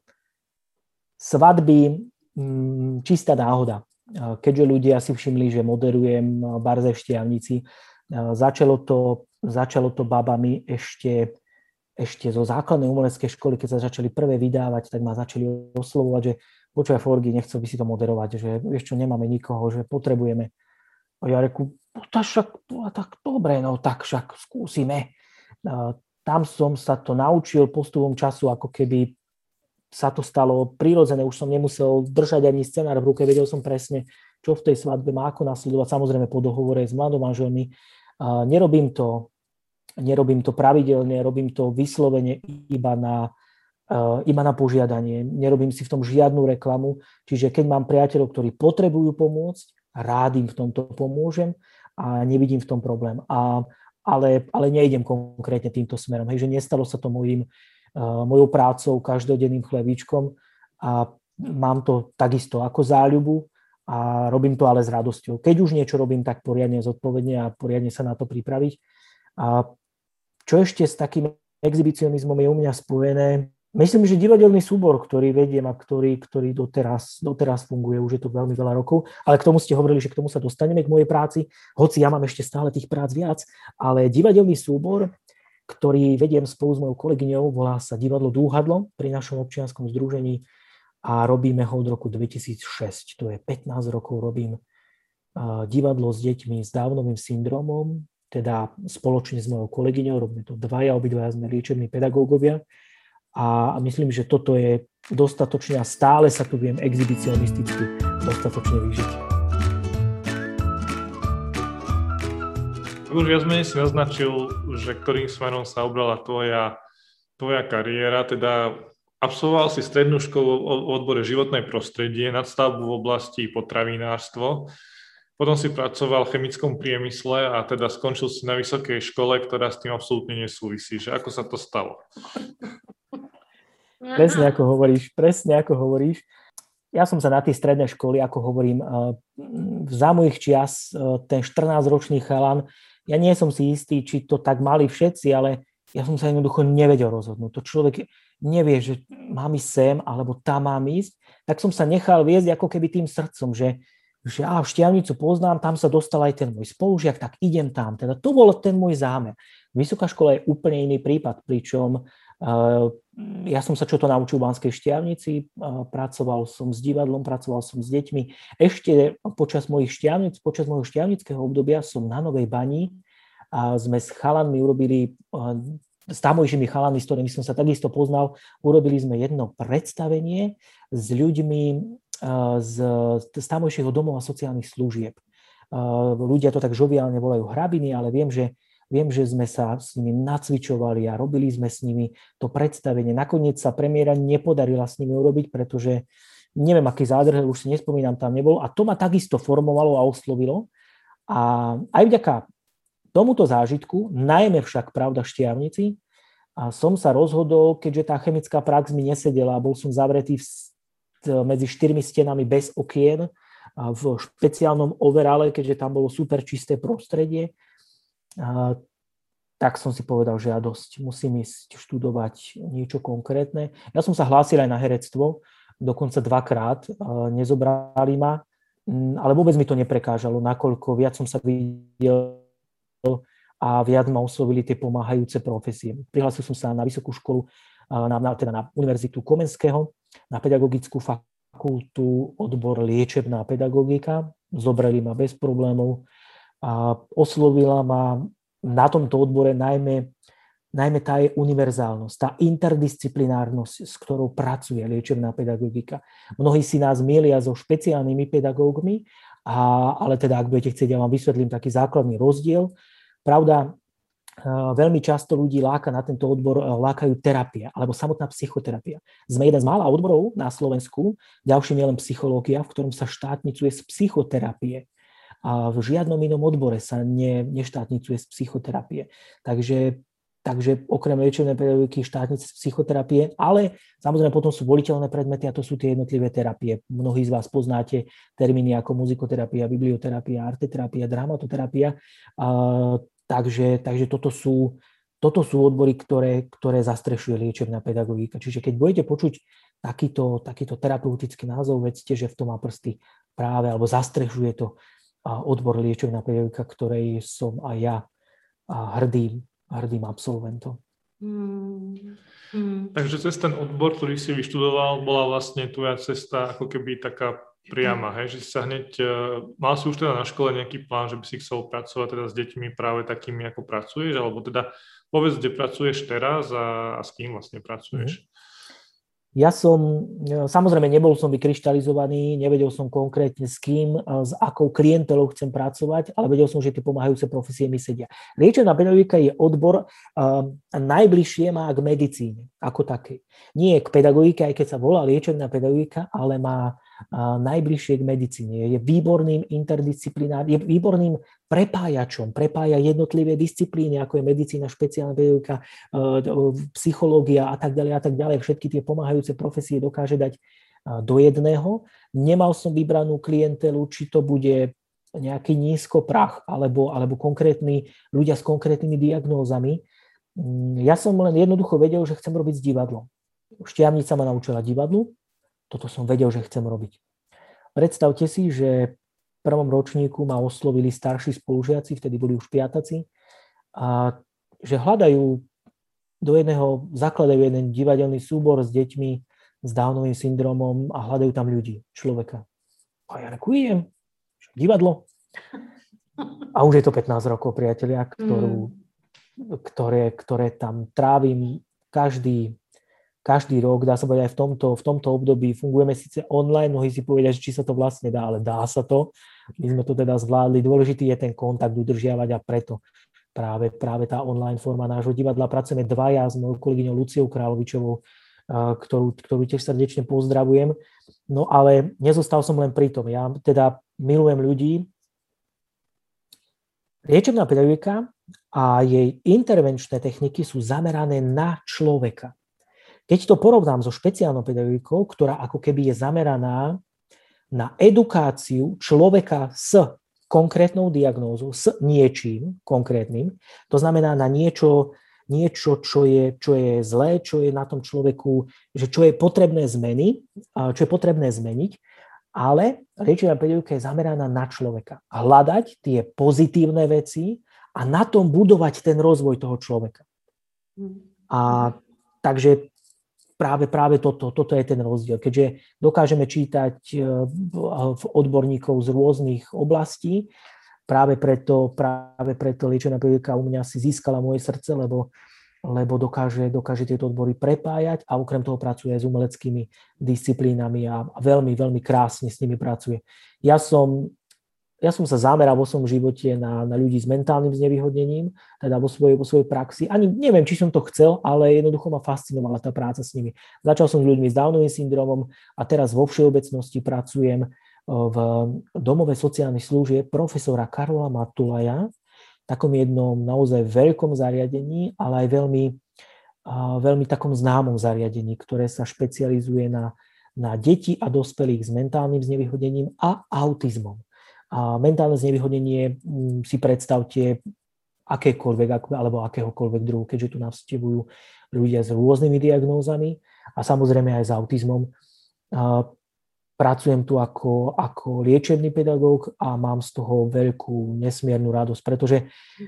svadby, mm, čistá náhoda. Keďže ľudia si všimli, že moderujem Barze v Štiavnici, začalo to, začalo to babami ešte, ešte zo základnej umeleckej školy, keď sa začali prvé vydávať, tak ma začali oslovovať, že počúvaj Forgy, nechcel by si to moderovať, že vieš čo, nemáme nikoho, že potrebujeme. A ja reku, no tak však, tak dobre, no tak však skúsime. Tam som sa to naučil postupom času, ako keby sa to stalo prirodzené, už som nemusel držať ani scenár v ruke, vedel som presne, čo v tej svadbe má ako nasledovať, samozrejme po dohovore s mladou manželmi. Nerobím to, nerobím to pravidelne, robím to vyslovene iba na, iba na požiadanie, nerobím si v tom žiadnu reklamu, čiže keď mám priateľov, ktorí potrebujú pomôcť, rád im v tomto pomôžem a nevidím v tom problém. A, ale, ale nejdem konkrétne týmto smerom, hej, že nestalo sa to mojím mojou prácou, každodenným chlebíčkom a mám to takisto ako záľubu a robím to ale s radosťou. Keď už niečo robím, tak poriadne zodpovedne a poriadne sa na to pripraviť. A čo ešte s takým exhibicionizmom je u mňa spojené? Myslím, že divadelný súbor, ktorý vediem a ktorý, ktorý doteraz, doteraz funguje, už je to veľmi veľa rokov, ale k tomu ste hovorili, že k tomu sa dostaneme, k mojej práci, hoci ja mám ešte stále tých prác viac, ale divadelný súbor, ktorý vediem spolu s mojou kolegyňou, volá sa Divadlo Dúhadlo pri našom občianskom združení a robíme ho od roku dvetisícšesť. To je pätnásť rokov, robím divadlo s deťmi s Downovým syndromom, teda spoločne s mojou kolegyňou, robíme to dvaja, obidvaja sme liečební pedagógovia a myslím, že toto je dostatočne a stále sa tu viem exhibicionisticky dostatočne vyžiť.
Už viac menej si naznačil, že ktorým smerom sa ubrala tvoja, tvoja kariéra, teda absolvoval si strednú školu v odbore životné prostredie, nadstavbu v oblasti potravinárstvo, potom si pracoval v chemickom priemysle a teda skončil si na vysokej škole, ktorá s tým absolútne nesúvisí. Že ako sa to stalo?
Presne ako hovoríš, presne ako hovoríš. Ja som sa na tej strednej školy, ako hovorím, za mojich čias, ten štrnásťročný chalan, ja nie som si istý, či to tak mali všetci, ale ja som sa jednoducho nevedel rozhodnúť. To človek nevie, že mám ísť sem, alebo tam mám ísť, tak som sa nechal viesť ako keby tým srdcom, že, že á, Štiavnicu poznám, tam sa dostal aj ten môj spolužiak, tak idem tam. Teda to bol ten môj zámer. Vysoká škola je úplne iný prípad, pričom ja som sa čo to naučil v Banskej Štiavnici, pracoval som s divadlom, pracoval som s deťmi. Ešte počas mojich štiavnic, počas môjho štiavnického obdobia som na Novej Bani a sme s chalanmi urobili, s tamojšími chalanmi, s ktorými som sa takisto poznal, urobili sme jedno predstavenie s ľuďmi z, z tamojšieho domova sociálnych služieb. Ľudia to tak žoviálne volajú hrabiny, ale viem, že Viem, že sme sa s nimi nacvičovali a robili sme s nimi to predstavenie. Nakoniec sa premiéra nepodarila s nimi urobiť, pretože neviem, aký zádrhel, už si nespomínam, tam nebol. A to ma takisto formovalo a oslovilo. A aj vďaka tomuto zážitku, najmä však pravda v Štiavnici, a som sa rozhodol, keďže tá chemická prax mi nesedela a bol som zavretý v, medzi štyrmi stenami bez okien a v špeciálnom overale, keďže tam bolo super čisté prostredie, a tak som si povedal, že ja dosť musím ísť študovať niečo konkrétne. Ja som sa hlásil aj na herectvo, dokonca dvakrát, nezobrali ma, ale vôbec mi to neprekážalo, nakoľko viac som sa videl a viac ma oslovili tie pomáhajúce profesie. Prihlásil som sa na vysokú školu, na, na, teda na Univerzitu Komenského, na pedagogickú fakultu, odbor liečebná pedagogika. Zobrali ma bez problémov a oslovila ma na tomto odbore najmä, najmä tá je univerzálnosť, tá interdisciplinárnosť, s ktorou pracuje liečebná pedagogika. Mnohí si nás mýlia so špeciálnymi pedagógmi, a, ale teda, ak budete chcieť, ja vám vysvetlím taký základný rozdiel. Pravda, veľmi často ľudí láka na tento odbor, lákajú terapia alebo samotná psychoterapia. Sme jeden z mála odborov na Slovensku, ďalší nie len psychológia, v ktorom sa štátnicuje z psychoterapie. A v žiadnom inom odbore sa ne, neštátnicuje z psychoterapie. Takže, takže okrem liečebnej pedagogiky štátnice z psychoterapie, ale samozrejme potom sú voliteľné predmety a to sú tie jednotlivé terapie. Mnohí z vás poznáte termíny ako muzikoterapia, biblioterapia, arteterapia, dramatoterapia. A, takže, takže toto sú, toto sú odbory, ktoré, ktoré zastrešuje liečebná pedagogika. Čiže keď budete počuť takýto, takýto terapeutický názov, vedzte, že v tom má prsty práve, alebo zastrešuje to odbor liečebná pedagogika, ktorej som aj ja hrdým, hrdým absolventom.
Hmm. Hmm. Takže cez ten odbor, ktorý si vyštudoval, bola vlastne tvoja cesta ako keby taká priama, hej? Že si sa hneď, mal si už teda na škole nejaký plán, že by si chcel pracovať teda s deťmi práve takými, ako pracuješ, alebo teda povedz, kde pracuješ teraz a, a s kým vlastne pracuješ?
Hmm. Ja som, samozrejme nebol som vykryštalizovaný, nevedel som konkrétne s kým, s akou klientelou chcem pracovať, ale vedel som, že tie pomáhajúce profesie mi sedia. Liečebná pedagogika je odbor, uh, najbližšie má k medicíne ako takej. Nie k pedagogike, aj keď sa volá liečebná pedagogika, ale má uh, najbližšie k medicíne. Je výborným interdisciplinárnym, je výborným prepájačom, prepája jednotlivé disciplíny, ako je medicína, špeciálna pedagogika, psychológia a tak ďalej a tak ďalej. Všetky tie pomáhajúce profesie dokáže dať do jedného. Nemal som vybranú klientelu, či to bude nejaký nízkoprach alebo, alebo konkrétni ľudia s konkrétnymi diagnózami. Ja som len jednoducho vedel, že chcem robiť s divadlom. Štiavnica ma naučila divadlu, toto som vedel, že chcem robiť. Predstavte si, že v prvom ročníku ma oslovili starší spolužiaci, vtedy boli už piataci, a že hľadajú do jedného, zakladajú jeden divadelný súbor s deťmi s Downovým syndromom a hľadajú tam ľudí, človeka. A ja reku, idem, divadlo. A už je to pätnásť rokov, priatelia, ktorú, mm. ktoré, ktoré tam trávim každý Každý rok, dá sa povedať aj v tomto, v tomto období, fungujeme síce online, mnohí si povedia, či sa to vlastne dá, ale dá sa to. My sme to teda zvládli. Dôležitý je ten kontakt udržiavať a preto práve, práve tá online forma nášho divadla. Pracujeme dvaja s mojou kolegyňou Luciou Královičovou, ktorú, ktorú tiež srdečne pozdravujem. No ale nezostal som len pri tom. Ja teda milujem ľudí. Liečebná pedagogika a jej intervenčné techniky sú zamerané na človeka. Keď to porovnám so špeciálnou pedagogikou, ktorá ako keby je zameraná na edukáciu človeka s konkrétnou diagnózou, s niečím konkrétnym, to znamená na niečo, niečo čo, je, čo je zlé, čo je na tom človeku, že čo je potrebné zmeny, čo je potrebné zmeniť, ale liečebná pedagogika je zameraná na človeka. Hľadať tie pozitívne veci a na tom budovať ten rozvoj toho človeka. A takže Práve, práve toto, toto je ten rozdiel. Keďže dokážeme čítať v odborníkov z rôznych oblastí, práve preto, práve preto liečebná pedagogika u mňa si získala moje srdce, lebo, lebo dokáže, dokáže tieto odbory prepájať a okrem toho pracuje aj s umeleckými disciplínami a veľmi, veľmi krásne s nimi pracuje. Ja som ja som sa zameral vo svojom živote na, na ľudí s mentálnym znevýhodnením, teda vo svojej, vo svojej praxi. Ani neviem, či som to chcel, ale jednoducho ma fascinovala tá práca s nimi. Začal som s ľuďmi s Downovým syndromom a teraz vo všeobecnosti pracujem v domove sociálnych služieb profesora Karola Matulaja, takom jednom naozaj veľkom zariadení, ale aj veľmi, veľmi takom známom zariadení, ktoré sa špecializuje na, na deti a dospelých s mentálnym znevýhodnením a autizmom. A mentálne znevýhodnenie si predstavte akékoľvek alebo akéhokoľvek druhu, keďže tu navštevujú ľudia s rôznymi diagnózami a samozrejme aj s autizmom. Pracujem tu ako, ako liečebný pedagóg a mám z toho veľkú nesmiernu radosť, pretože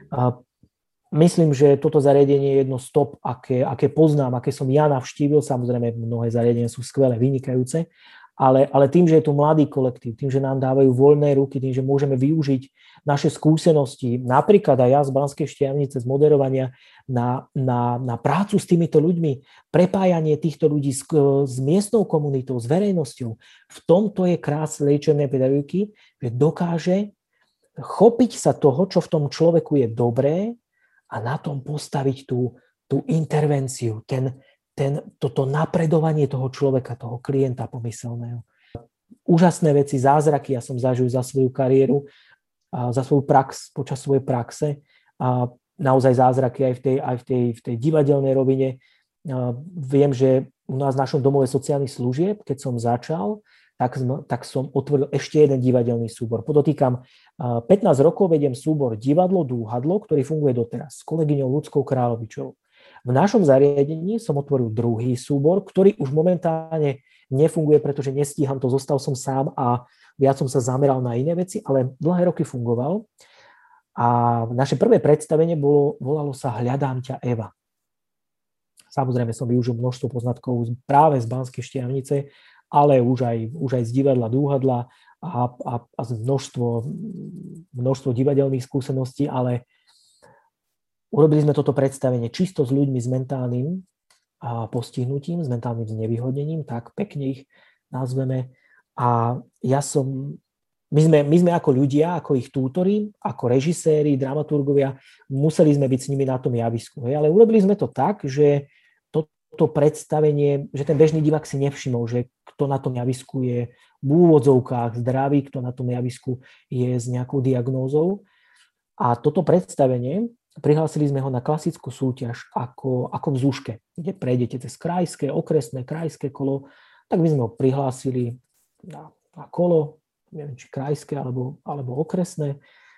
myslím, že toto zariadenie je jedno z top, aké, aké poznám, aké som ja navštívil. Samozrejme, mnohé zariadenia sú skvelé, vynikajúce, ale, ale tým, že je tu mladý kolektív, tým, že nám dávajú voľné ruky, tým, že môžeme využiť naše skúsenosti, napríklad aj ja z Banskej Štiavnice, z moderovania na, na, na prácu s týmito ľuďmi, prepájanie týchto ľudí s, s miestnou komunitou, s verejnosťou. V tomto je krás liečebnej pedagogiky, že dokáže chopiť sa toho, čo v tom človeku je dobré a na tom postaviť tú, tú intervenciu, ten, ten, toto napredovanie toho človeka, toho klienta pomyselného. Úžasné veci, zázraky ja som zažil za svoju kariéru, za svoju prax, počas svojej praxe. A naozaj zázraky aj v tej, aj v tej, v tej divadelnej rovine. Viem, že u nás v našom domove sociálnych služieb, keď som začal, tak, tak som otvoril ešte jeden divadelný súbor. Podotýkam, pätnásť rokov vediem súbor Divadlo Dúhadlo, ktorý funguje doteraz s kolegyňou Ľudskou Kráľovičovou. V našom zariadení som otvoril druhý súbor, ktorý už momentálne nefunguje, pretože nestíham to, zostal som sám a viac som sa zameral na iné veci, ale dlhé roky fungoval. A naše prvé predstavenie bolo, volalo sa Hľadám ťa, Eva. Samozrejme som využil množstvo poznatkov práve z Banskej Štiavnice, ale už aj, už aj z divadla Dúhadla a, a, a množstvo, množstvo divadelných skúseností, ale urobili sme toto predstavenie čisto s ľuďmi s mentálnym postihnutím, s mentálnym znevýhodnením, tak pekne ich nazveme. A ja som, my sme, my sme ako ľudia, ako ich tútori, ako režiséri, dramaturgovia, museli sme byť s nimi na tom javisku. Hej? Ale urobili sme to tak, že toto predstavenie, že ten bežný divák si nevšimol, že kto na tom javisku je v úvodzovkách zdravý, kto na tom javisku je s nejakou diagnózou. A toto predstavenie, prihlásili sme ho na klasickú súťaž ako, ako v Zúške, kde prejdete cez krajské, okresné, krajské kolo, tak my sme ho prihlásili na, na kolo, neviem, či krajské alebo, alebo okresné.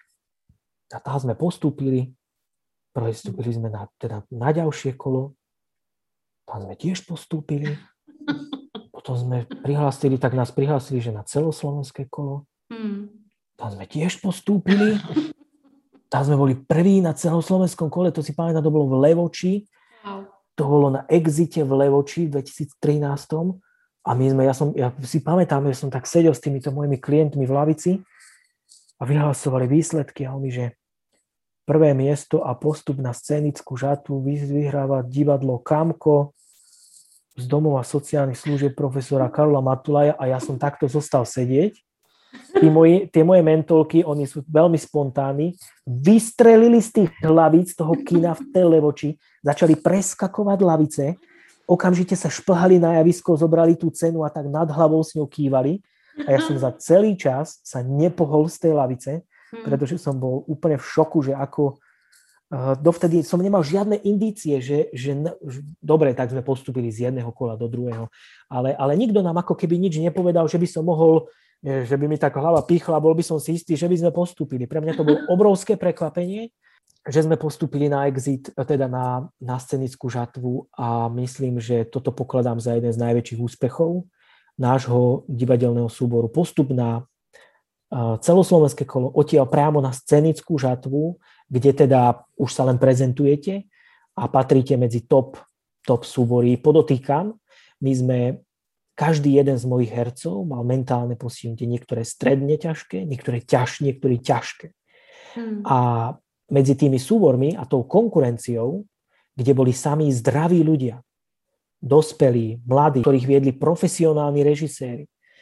A tam sme postúpili, prestúpili sme na, teda na ďalšie kolo, tam sme tiež postúpili, potom sme prihlásili, tak nás prihlásili, že na celoslovenské kolo, tam sme tiež postúpili, tam sme boli prví na celoslovenskom kole, to si pamätám, to bolo v Levoči, to bolo na Exite v Levoči v dvetisíctrinásť. A my sme, ja, som, ja si pamätám, že som tak sedel s týmito mojimi klientmi v lavici a vyhlasovali výsledky a oni, že prvé miesto a postup na scénickú žatvu vyhráva divadlo Kamko z domova sociálnych služieb profesora Karola Matulaja a ja som takto zostal sedieť. Tí moji, tie moje mentolky, oni sú veľmi spontánni, vystrelili z tých lavíc toho kina v tej Levoči, začali preskakovať lavice, okamžite sa šplhali na javisko, zobrali tú cenu a tak nad hlavou s ňou kývali. A ja som za celý čas sa nepohol z tej lavice, pretože som bol úplne v šoku, že ako uh, dovtedy som nemal žiadne indície, že, že, že dobre, tak sme postupili z jedného kola do druhého. Ale, ale nikto nám ako keby nič nepovedal, že by som mohol, že by mi tak hlava pichla, bol by som si istý, že by sme postupili. Pre mňa to bolo obrovské prekvapenie, že sme postúpili na exit, teda na, na scenickú žatvu a myslím, že toto pokladám za jeden z najväčších úspechov nášho divadelného súboru. Postup na uh, celoslovenské kolo, odtiaľ priamo na scenickú žatvu, kde teda už sa len prezentujete a patríte medzi top, top súbory. Podotýkam, my sme, každý jeden z mojich hercov mal mentálne postihnutie, niektoré stredne ťažké, niektoré ťaž, niektoré ťažké. Hmm. A medzi tými súbormi a tou konkurenciou, kde boli samí zdraví ľudia, dospelí, mladí, ktorých viedli profesionálni režiséri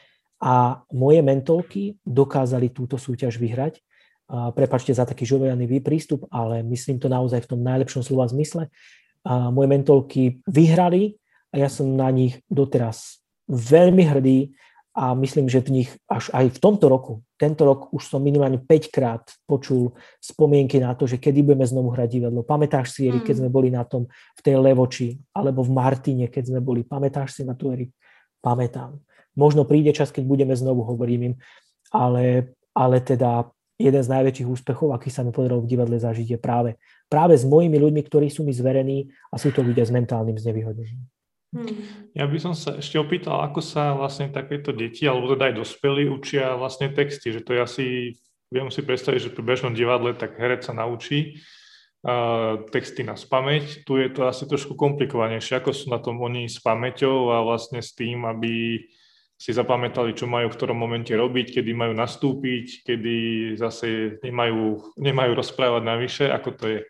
A moje mentolky dokázali túto súťaž vyhrať. Prepáčte za taký žoviálny prístup, ale myslím to naozaj v tom najlepšom slova zmysle. A moje mentolky vyhrali a ja som na nich doteraz veľmi hrdý a myslím, že v nich až aj v tomto roku, tento rok už som minimálne päťkrát počul spomienky na to, že kedy budeme znovu hrať divadlo. Pamätáš si, Erik, keď sme boli na tom v tej Levoči, alebo v Martine, keď sme boli. Pamätáš si na to, Erik? Pamätám. Možno príde čas, keď budeme znovu, hovorím im, ale, ale teda jeden z najväčších úspechov, aký sa mi podarilo v divadle zažiť, je práve, práve s mojimi ľuďmi, ktorí sú mi zverení a sú to ľudia s mentálnym znevýhodnením.
Hmm. Ja by som sa ešte opýtal, ako sa vlastne takéto deti, alebo teda aj dospelí učia vlastne texty, že to je asi, viem si predstaviť, že pri bežnom divadle tak herec sa naučí uh, texty na spamäť. Tu je to asi trošku komplikovanejšie, ako sú na tom oni s pamäťou a vlastne s tým, aby si zapamätali, čo majú v ktorom momente robiť, kedy majú nastúpiť, kedy zase nemajú, nemajú rozprávať navyše, ako to je.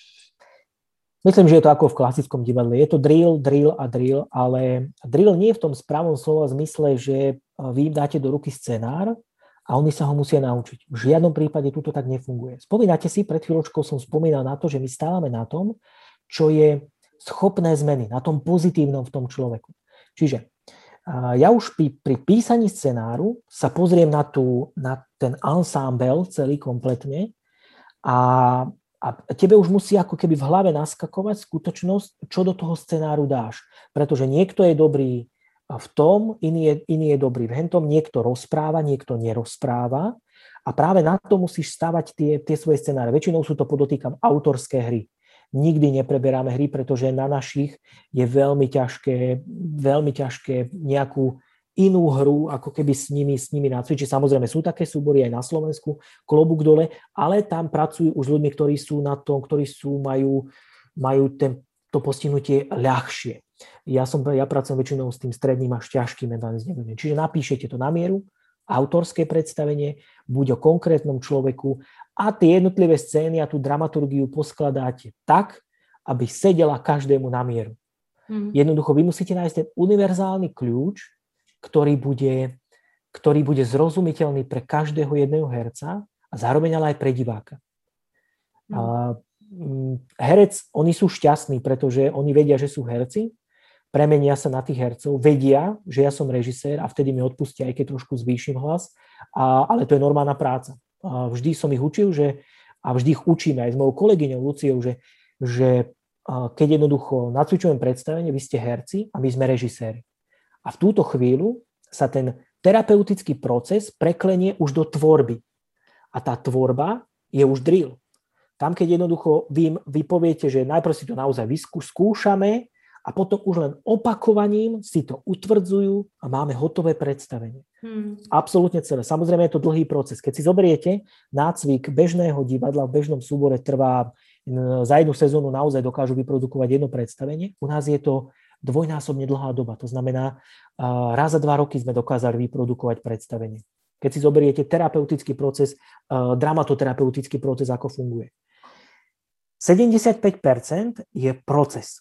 Myslím, že je to ako v klasickom divadle. Je to drill, drill a drill, ale drill nie je v tom správnom slova zmysle, že vy im dáte do ruky scenár a oni sa ho musia naučiť. V žiadnom prípade tuto tak nefunguje. Spomínate si, pred chvíľočkou som spomínal na to, že my stávame na tom, čo je schopné zmeny, na tom pozitívnom v tom človeku. Čiže ja už pri, pri písaní scenáru sa pozriem na, tú, na ten ensemble celý kompletne a A tebe už musí ako keby v hlave naskakovať skutočnosť, čo do toho scenáru dáš. Pretože niekto je dobrý v tom, iný je, iný je dobrý v hentom, niekto rozpráva, niekto nerozpráva. A práve na to musíš stavať tie, tie svoje scenáre. Väčšinou sú to, podotýkam, autorské hry. Nikdy nepreberáme hry, pretože na našich je veľmi ťažké, veľmi ťažké nejakú inú hru, ako keby s nimi, s nimi nacvičiť. Samozrejme sú také súbory aj na Slovensku, klobúk dole, ale tam pracujú už ľuďmi, ktorí sú na tom, ktorí sú, majú, majú ten, to postihnutie ľahšie. Ja, som, ja pracujem väčšinou s tým stredným až ťažkým mentálnym znevýhodnením. Čiže napíšete to na mieru, autorské predstavenie, buď o konkrétnom človeku a tie jednotlivé scény a tú dramaturgiu poskladáte tak, aby sedela každému na mieru. Mm. Jednoducho vy musíte nájsť ten univerzálny kľúč, ktorý bude, ktorý bude zrozumiteľný pre každého jedného herca a zároveň ale aj pre diváka. Mm. A, herec, oni sú šťastní, pretože oni vedia, že sú herci, premenia sa na tých hercov, vedia, že ja som režisér a vtedy mi odpustia, aj keď trošku zvýšim hlas, a, ale to je normálna práca. A vždy som ich učil, že, a vždy ich učíme aj s mojou kolegyňou Luciou, že, že keď jednoducho nacvičujem predstavenie, vy ste herci a my sme režiséri. A v túto chvíľu sa ten terapeutický proces preklenie už do tvorby. A tá tvorba je už drill. Tam, keď jednoducho vy, vy poviete, že najprv si to naozaj vyskúšame a potom už len opakovaním si to utvrdzujú a máme hotové predstavenie. Hmm. Absolútne celé. Samozrejme je to dlhý proces. Keď si zoberiete nácvik bežného divadla v bežnom súbore trvá za jednu sezónu naozaj dokážu vyprodukovať jedno predstavenie. U nás je to dvojnásobne dlhá doba. To znamená, raz za dva roky sme dokázali vyprodukovať predstavenie. Keď si zoberiete terapeutický proces, dramatoterapeutický proces, ako funguje. sedemdesiatpäť percent je proces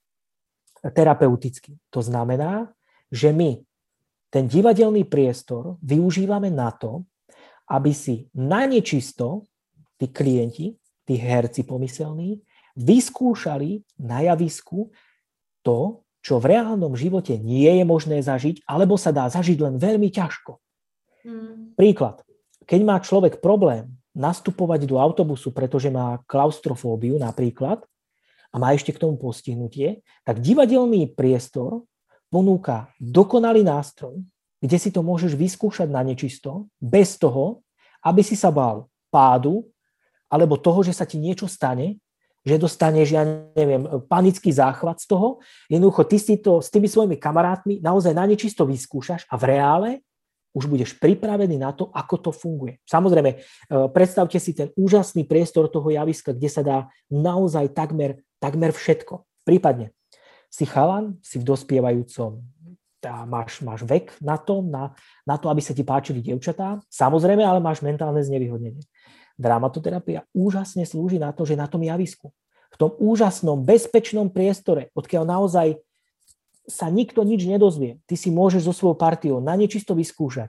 terapeutický. To znamená, že my ten divadelný priestor využívame na to, aby si na nečisto tí klienti, tí herci pomyselní, vyskúšali na javisku to, čo v reálnom živote nie je možné zažiť, alebo sa dá zažiť len veľmi ťažko. Mm. Príklad. Keď má človek problém nastupovať do autobusu, pretože má klaustrofóbiu napríklad a má ešte k tomu postihnutie, tak divadelný priestor ponúka dokonalý nástroj, kde si to môžeš vyskúšať na nečisto, bez toho, aby si sa bál pádu, alebo toho, že sa ti niečo stane, že dostaneš, ja neviem, panický záchvat z toho. Jednoducho, ty si to s tými svojimi kamarátmi naozaj na nečisto vyskúšaš a v reále už budeš pripravený na to, ako to funguje. Samozrejme, predstavte si ten úžasný priestor toho javiska, kde sa dá naozaj takmer, takmer všetko. Prípadne si chalan, si v dospievajúcom, máš, máš vek na to, na, na to, aby sa ti páčili dievčatá. Samozrejme, ale máš mentálne znevýhodnenie. Dramatoterapia úžasne slúži na to, že na tom javisku, v tom úžasnom, bezpečnom priestore, odkiaľ naozaj sa nikto nič nedozvie, ty si môžeš so svojou partiou na nečisto vyskúšať,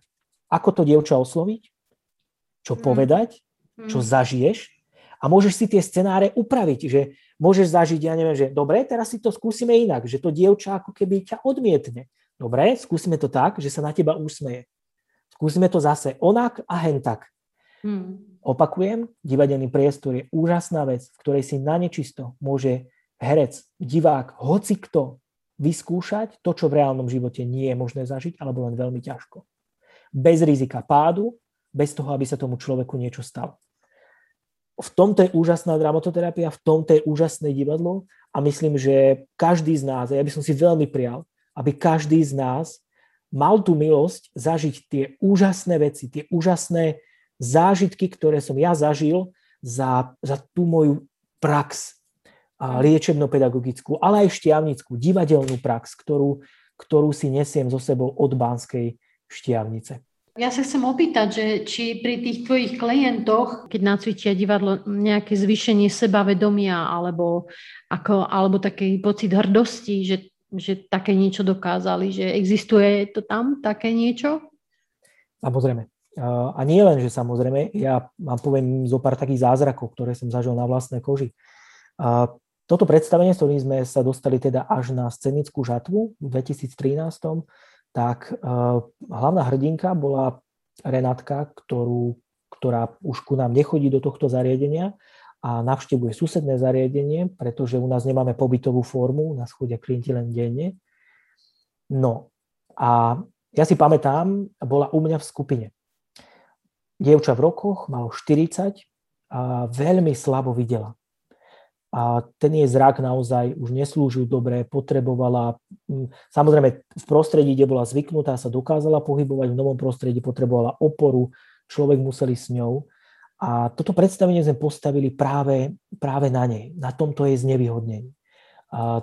ako to dievča osloviť, čo povedať, čo zažiješ a môžeš si tie scenáre upraviť, že môžeš zažiť, ja neviem, že dobre, teraz si to skúsime inak, že to dievča ako keby ťa odmietne. Dobre, skúsime to tak, že sa na teba usmeje. Skúsime to zase onak a hentak. Hmm. Opakujem, divadelný priestor je úžasná vec, v ktorej si na nečisto môže herec, divák, hocikto vyskúšať to, čo v reálnom živote nie je možné zažiť, alebo len veľmi ťažko. Bez rizika pádu, bez toho, aby sa tomu človeku niečo stalo. V tomto je úžasná dramatoterapia, v tomto je úžasné divadlo a myslím, že každý z nás, a ja by som si veľmi prial, aby každý z nás mal tú milosť zažiť tie úžasné veci, tie úžasné zážitky, ktoré som ja zažil za, za tú moju prax liečebno-pedagogickú, ale aj štiavnickú, divadelnú prax, ktorú, ktorú si nesiem so sebou od Banskej Štiavnice.
Ja sa chcem opýtať, že či pri tých tvojich klientoch, keď nacvičia divadlo, nejaké zvýšenie sebavedomia alebo, ako, alebo taký pocit hrdosti, že, že také niečo dokázali, že existuje to tam, také niečo?
Samozrejme. A nie len, že samozrejme, ja vám poviem zo pár takých zázrakov, ktoré som zažil na vlastnej koži. A toto predstavenie, s ktorým sme sa dostali teda až na scenickú žatvu v dvetisíctrinásť, tak uh, hlavná hrdinka bola Renátka, ktorú, ktorá už ku nám nechodí do tohto zariadenia a navštevuje susedné zariadenie, pretože u nás nemáme pobytovú formu, u nás chodia klienti len denne. No a ja si pamätám, bola u mňa v skupine. Dievča v rokoch, malo štyridsať a veľmi slabo videla. A ten jej zrak naozaj už neslúžil dobre, potrebovala, samozrejme v prostredí, kde bola zvyknutá, sa dokázala pohybovať, v novom prostredí potrebovala oporu, človek museli s ňou. A toto predstavenie sme postavili práve, práve na nej, na tomto jej znevýhodnení. A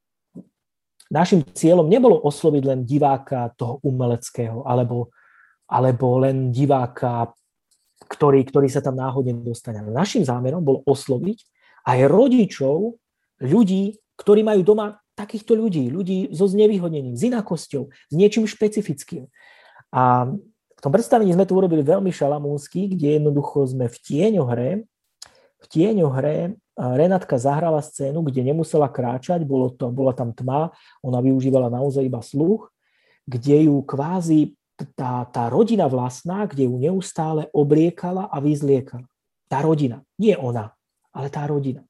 našim cieľom nebolo osloviť len diváka toho umeleckého, alebo, alebo len diváka, ktorý, ktorý sa tam náhodne dostane. Našim zámerom bolo osloviť aj rodičov, ľudí, ktorí majú doma takýchto ľudí, ľudí so znevýhodnením, s inakosťou, s niečím špecifickým. A v tom predstavení sme to urobili veľmi šalamúnsky, kde jednoducho sme v tieňohre, v tieňohre Renátka zahrala scénu, kde nemusela kráčať, bolo to, bola tam tma, ona využívala naozaj iba sluch, kde ju kvázi tá, tá rodina vlastná, kde ju neustále obliekala a vyzliekala. Tá rodina, nie ona, ale tá rodina.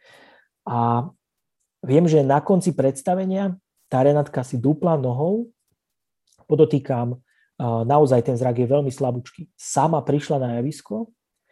A viem, že na konci predstavenia tá Renátka si dupla nohou, podotýkam, naozaj ten zrak je veľmi slabúčky. Sama prišla na javisko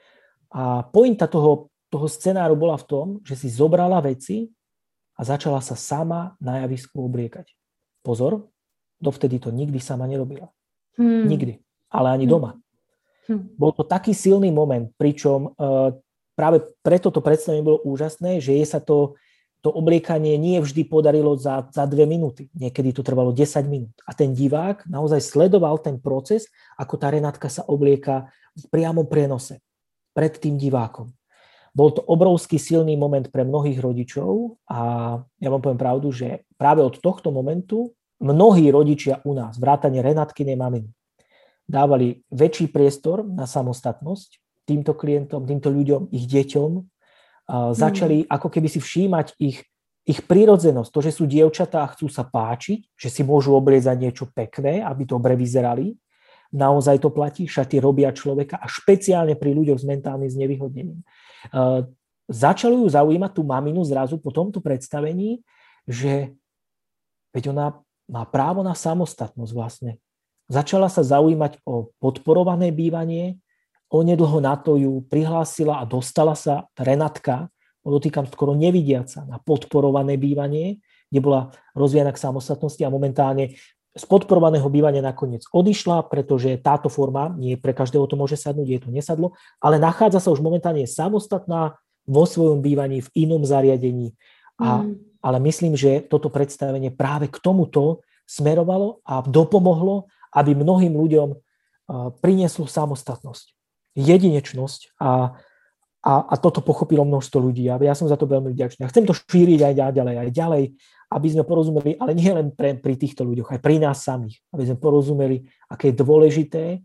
a pointa toho, toho scenáru bola v tom, že si zobrala veci a začala sa sama na javisku obliekať. Pozor, dovtedy to nikdy sama nerobila. Hmm. Nikdy, ale ani hmm. doma. Hmm. Bol to taký silný moment, pričom uh, práve preto to predstavenie bolo úžasné, že jej sa to, to obliekanie nie vždy podarilo za, za dve minúty. Niekedy to trvalo desať minút. A ten divák naozaj sledoval ten proces, ako tá Renátka sa oblieka v priamom prenose pred tým divákom. Bol to obrovský silný moment pre mnohých rodičov a ja vám poviem pravdu, že práve od tohto momentu mnohí rodičia u nás, vrátane Renátkynej maminy, dávali väčší priestor na samostatnosť týmto klientom, týmto ľuďom, ich deťom. A začali ako keby si všímať ich, ich prirodzenosť, to, že sú dievčatá a chcú sa páčiť, že si môžu obliecať niečo pekné, aby dobre vyzerali. Naozaj to platí, šaty robia človeka a špeciálne pri ľuďoch s mentálnym znevýhodnením. Uh, začalo ju zaujímať tú maminu zrazu po tomto predstavení, že veď ona má právo na samostatnosť vlastne. Začala sa zaujímať o podporované bývanie, onedlho na to ju prihlásila a dostala sa Renátka, podotýkam skoro nevidiaca, na podporované bývanie, kde bola rozvíjana k samostatnosti a momentálne z podporovaného bývania nakoniec odišla, pretože táto forma, nie pre každého to môže sadnúť, jej to nesadlo, ale nachádza sa už momentálne samostatná vo svojom bývaní v inom zariadení. A, mm. Ale myslím, že toto predstavenie práve k tomuto smerovalo a dopomohlo, aby mnohým ľuďom prinieslo samostatnosť, jedinečnosť a, a, a toto pochopilo množstvo ľudí. A ja som za to veľmi vďačný. A chcem to šíriť aj ďalej, aj ďalej, aby sme porozumeli, ale nie len pre, pri týchto ľuďoch, aj pri nás samých, aby sme porozumeli, aké je dôležité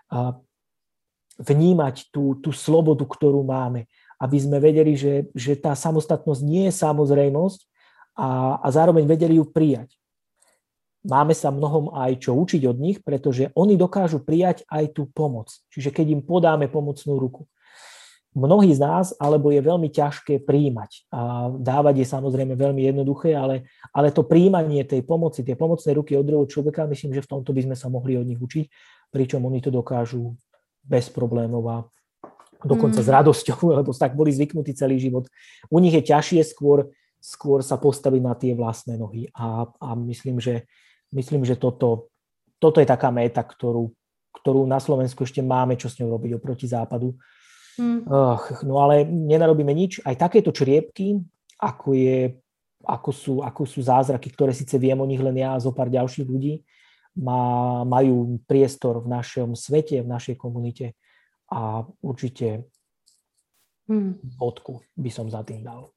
vnímať tú, tú slobodu, ktorú máme, aby sme vedeli, že, že tá samostatnosť nie je samozrejmosť a, a zároveň vedeli ju prijať. Máme sa mnohom aj čo učiť od nich, pretože oni dokážu prijať aj tú pomoc. Čiže keď im podáme pomocnú ruku. Mnohí z nás, alebo je veľmi ťažké prijímať. A dávať je samozrejme veľmi jednoduché, ale, ale to prijímanie tej pomoci, tie pomocné ruky od druhého človeka, myslím, že v tomto by sme sa mohli od nich učiť, pričom oni to dokážu bez problémov a dokonca mm. s radosťou, lebo tak boli zvyknutí celý život. U nich je ťažšie skôr, skôr sa postaviť na tie vlastné nohy. A, a myslím, že, myslím, že toto, toto je taká méta, ktorú, ktorú na Slovensku ešte máme čo s ňou robiť oproti západu. Mm. Uh, no ale nenarobíme nič. Aj takéto čriepky, ako, je, ako, sú, ako sú zázraky, ktoré síce viem o nich len ja a zo pár ďalších ľudí, Má, majú priestor v našom svete, v našej komunite a určite hmm. bodku by som za tým dal.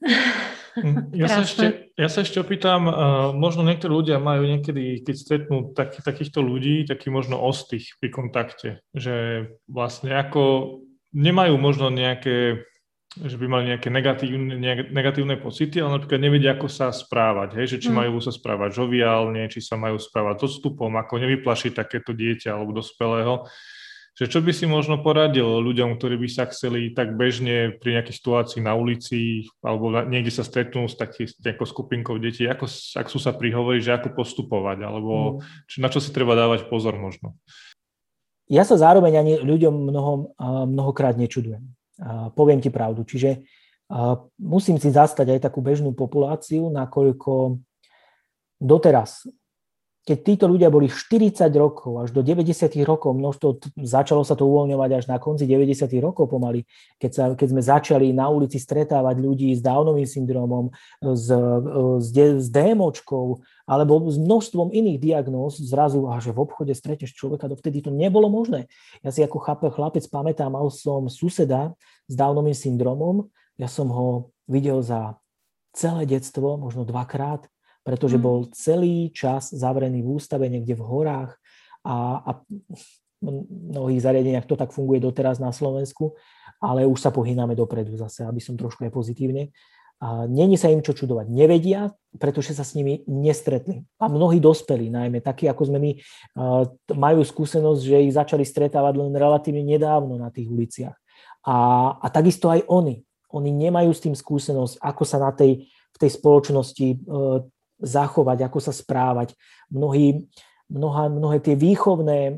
Ja sa, ešte, ja sa ešte opýtam, uh, možno niektorí ľudia majú niekedy, keď stretnú tak, takýchto ľudí, taký možno ostých pri kontakte, že vlastne ako nemajú možno nejaké, že by mali nejaké negatívne, nejaké negatívne pocity, ale napríklad nevedia, ako sa správať, hej? Že či mm. majú sa správať žoviálne, či sa majú správať s odstupom, ako nevyplašiť takéto dieťa alebo dospelého. Že čo by si možno poradil ľuďom, ktorí by sa chceli tak bežne pri nejakej situácii na ulici alebo niekde sa stretnú s takou skupinkou detí, ako, ak sú sa prihovoriť, že ako postupovať, alebo mm. či, na čo si treba dávať pozor možno.
Ja sa zároveň ani ľuďom mnohom, mnohokrát nečudujem. Uh, poviem ti pravdu. Čiže uh, musím si zastať aj takú bežnú populáciu, nakoľko doteraz, keď títo ľudia boli štyridsať rokov až do deväťdesiat rokov, množstvo, začalo sa to uvoľňovať až na konci deväťdesiatych rokov pomaly, keď, sa, keď sme začali na ulici stretávať ľudí s Downovým syndromom, s, s, s démočkou alebo s množstvom iných diagnóz, zrazu, a že v obchode stretneš človeka, dovtedy to nebolo možné. Ja si ako chlapec pamätám, mal som suseda s Downovým syndromom, ja som ho videl za celé detstvo, možno dvakrát, pretože bol celý čas zavrený v ústave niekde v horách a, a v mnohých zariadeniach to tak funguje doteraz na Slovensku, ale už sa pohyname dopredu zase, aby som trošku aj pozitívne. A není sa im čo čudovať. Nevedia, pretože sa s nimi nestretli. A mnohí dospelí, najmä takí, ako sme my, majú skúsenosť, že ich začali stretávať len relatívne nedávno na tých uliciach. A, a takisto aj oni. Oni nemajú s tým skúsenosť, ako sa na tej, v tej spoločnosti zachovať, ako sa správať. Mnohí, mnoha, mnohé tie výchovné,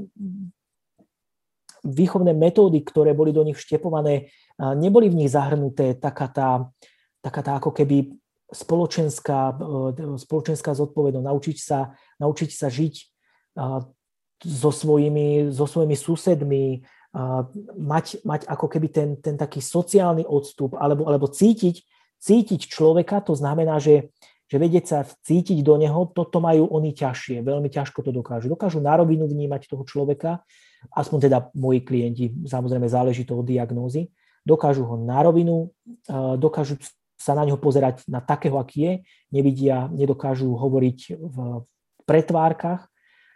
výchovné metódy, ktoré boli do nich vštepované, neboli v nich zahrnuté taká tá, taká tá ako keby spoločenská, spoločenská zodpovednosť, naučiť sa, naučiť sa žiť so svojimi, so svojimi susedmi, mať, mať ako keby ten, ten taký sociálny odstup, alebo, alebo cítiť, cítiť človeka, to znamená, že že vedieť sa cítiť do neho, toto majú oni ťažšie, veľmi ťažko to dokážu. Dokážu na rovinu vnímať toho človeka, aspoň teda moji klienti, samozrejme záleží to od diagnózy, dokážu ho na rovinu, dokážu sa na neho pozerať na takého, aký je, nevidia, nedokážu hovoriť v pretvárkach.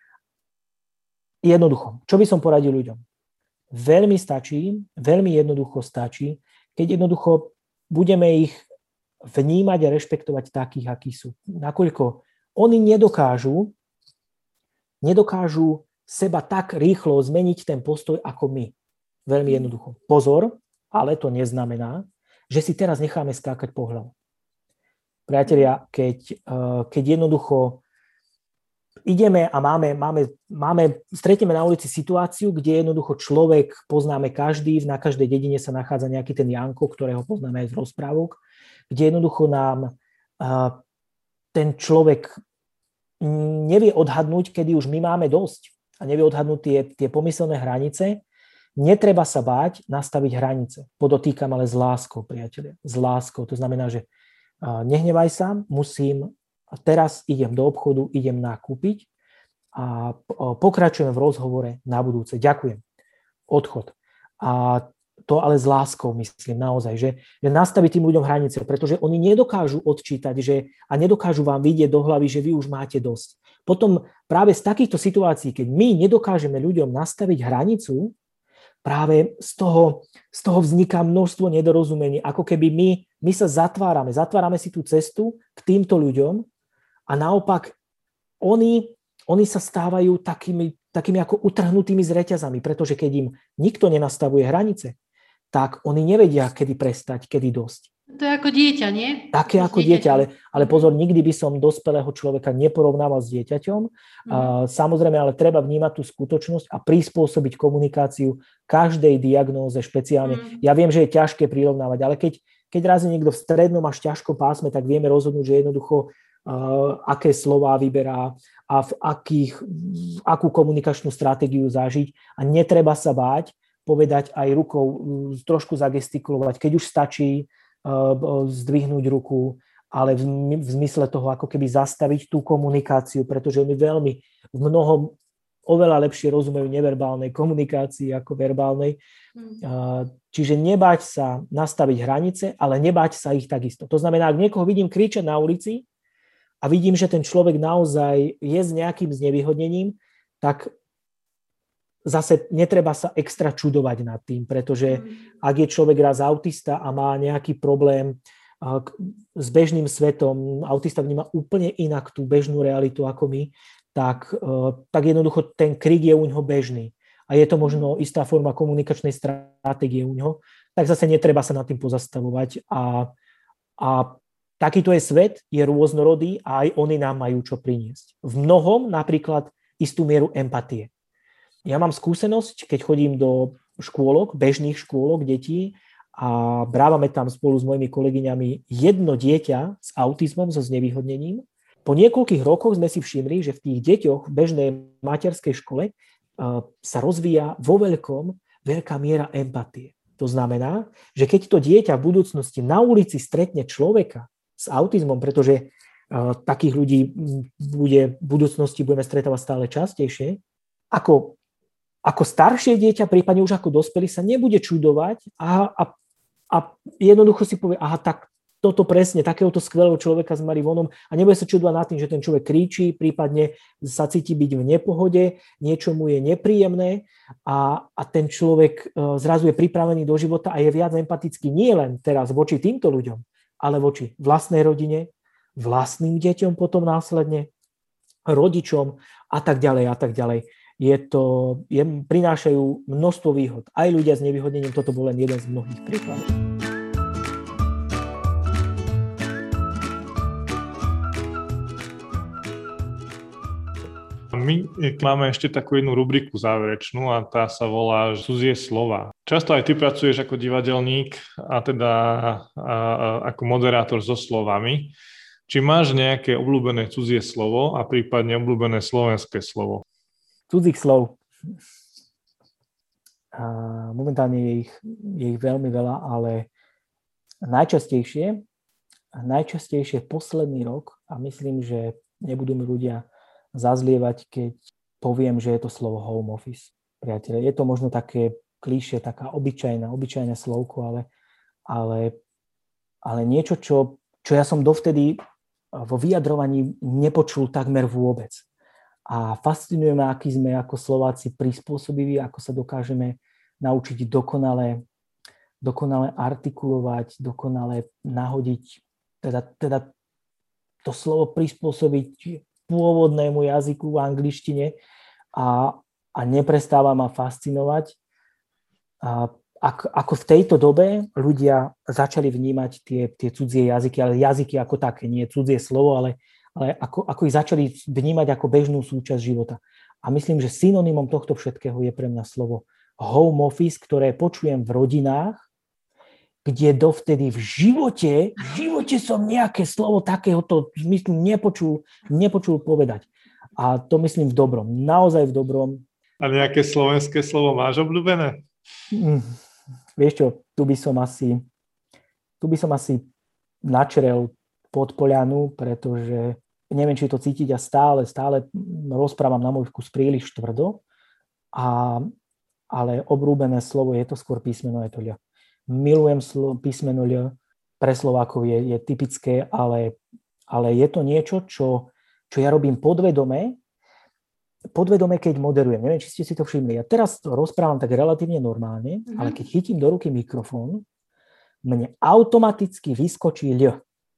Jednoducho, čo by som poradil ľuďom? Veľmi stačí, veľmi jednoducho stačí, keď jednoducho budeme ich vnímať a rešpektovať takých, akí sú. Nakoľko oni nedokážu, nedokážu seba tak rýchlo zmeniť ten postoj ako my. Veľmi jednoducho. Pozor, ale to neznamená, že si teraz necháme skákať po hlave. Priatelia, keď, keď jednoducho ideme a máme, máme, máme, stretneme na ulici situáciu, kde jednoducho človek poznáme každý, na každej dedine sa nachádza nejaký ten Janko, ktorého poznáme aj z rozprávok, kde jednoducho nám uh, ten človek nevie odhadnúť, kedy už my máme dosť a nevie odhadnúť tie, tie pomyselné hranice, netreba sa báť nastaviť hranice. Podotýkam, ale s láskou, priatelia. S láskou. To znamená, že uh, nehnevaj sa, musím, teraz idem do obchodu, idem nakúpiť a uh, pokračujem v rozhovore na budúce. Ďakujem. Odchod. A to ale s láskou, myslím naozaj, že, že nastaviť tým ľuďom hranice, pretože oni nedokážu odčítať že, a nedokážu vám vidieť do hlavy, že vy už máte dosť. Potom práve z takýchto situácií, keď my nedokážeme ľuďom nastaviť hranicu, práve z toho, z toho vzniká množstvo nedorozumení, ako keby my, my sa zatvárame, zatvárame si tú cestu k týmto ľuďom a naopak oni, oni sa stávajú takými, takými ako utrhnutými s reťazami, pretože keď im nikto nenastavuje hranice, tak oni nevedia, kedy prestať, kedy dosť.
To je ako dieťa, nie?
Také ako dieťa, ale, ale pozor, nikdy by som dospelého človeka neporovnával s dieťaťom. Mm. Uh, samozrejme, ale treba vnímať tú skutočnosť a prispôsobiť komunikáciu každej diagnóze špeciálne. Mm. Ja viem, že je ťažké prirovnávať, ale keď, keď raz je niekto v strednom až ťažkom pásme, tak vieme rozhodnúť, že jednoducho uh, aké slová vyberá a v akých, v akú komunikačnú stratégiu zažiť a netreba sa báť povedať aj rukou, trošku zagestikulovať, keď už stačí zdvihnúť ruku, ale v, v zmysle toho ako keby zastaviť tú komunikáciu, pretože oni veľmi v mnohom oveľa lepšie rozumejú neverbálnej komunikácii ako verbálnej. Mm. Čiže nebáť sa nastaviť hranice, ale nebáť sa ich takisto. To znamená, ak niekoho vidím kričať na ulici a vidím, že ten človek naozaj je s nejakým znevýhodnením, tak zase netreba sa extra čudovať nad tým, pretože ak je človek raz autista a má nejaký problém s bežným svetom, autista vníma úplne inak tú bežnú realitu ako my, tak, tak jednoducho ten krik je u ňoho bežný. A je to možno istá forma komunikačnej stratégie u ňoho, tak zase netreba sa nad tým pozastavovať. A, a takýto je svet, je rôznorodý a aj oni nám majú čo priniesť. V mnohom napríklad istú mieru empatie. Ja mám skúsenosť, keď chodím do škôlok, bežných škôlok detí a brávame tam spolu s mojimi kolegyňami jedno dieťa s autizmom, so znevýhodnením. Po niekoľkých rokoch sme si všimli, že v tých deťoch v bežnej materskej škole sa rozvíja vo veľkom veľká miera empatie. To znamená, že keď to dieťa v budúcnosti na ulici stretne človeka s autizmom, pretože takých ľudí bude, v budúcnosti budeme stretávať stále častejšie, ako Ako staršie dieťa, prípadne už ako dospelý, sa nebude čudovať a, a, a jednoducho si povie, aha, tak toto presne, takéhoto skvelého človeka s marivonom a nebude sa čudovať nad tým, že ten človek kričí, prípadne sa cíti byť v nepohode, niečo mu je nepríjemné a, a ten človek zrazu je pripravený do života a je viac empatický nie len teraz voči týmto ľuďom, ale voči vlastnej rodine, vlastným deťom potom následne, rodičom a tak ďalej a tak ďalej. Je to, je, prinášajú množstvo výhod. Aj ľudia s nevyhodnením, toto bol len jeden z mnohých príkladov.
My máme ešte takú jednu rubriku záverečnú a tá sa volá cudzie slova. Často aj ty pracuješ ako divadelník a teda a, a, ako moderátor so slovami. Či máš nejaké obľúbené cudzie slovo a prípadne obľúbené slovenské slovo?
Cudzích slov. A momentálne je ich, je ich veľmi veľa, ale najčastejšie, najčastejšie posledný rok, a myslím, že nebudú mi ľudia zazlievať, keď poviem, že je to slovo home office. Priatelia, je to možno také klíše, taká obyčajná, obyčajné slovko, ale, ale, ale niečo, čo, čo ja som dovtedy vo vyjadrovaní nepočul takmer vôbec. A fascinuje ma, aký sme ako Slováci prispôsobiví, ako sa dokážeme naučiť dokonale, dokonale artikulovať, dokonale nahodiť, teda, teda to slovo prispôsobiť pôvodnému jazyku v angličtine a, a neprestáva ma fascinovať. A ako, ako v tejto dobe ľudia začali vnímať tie, tie cudzie jazyky, ale jazyky ako také, nie cudzie slovo, ale ale ako, ako ich začali vnímať ako bežnú súčasť života. A myslím, že synonymom tohto všetkého je pre mňa slovo home office, ktoré počujem v rodinách, kde dovtedy v živote, v živote som nejaké slovo takéhoto myslím nepočul, nepočul povedať. A to myslím v dobrom, naozaj v dobrom.
A nejaké slovenské slovo máš obľúbené?
Mm, vieš čo, tu by som asi, tu by som asi načrel pod poľanu, pretože neviem, či to cítiť a stále, stále rozprávam na môj vkus príliš tvrdo a, ale obrúbené slovo je to skôr písmeno, je to ľ. Milujem slo- písmeno ľ, pre Slovákov je, je typické, ale, ale je to niečo, čo, čo ja robím podvedome, podvedome, keď moderujem. Neviem, či ste si to všimli. Ja teraz to rozprávam tak relatívne normálne, mm-hmm. ale keď chytím do ruky mikrofón, mne automaticky vyskočí ľ.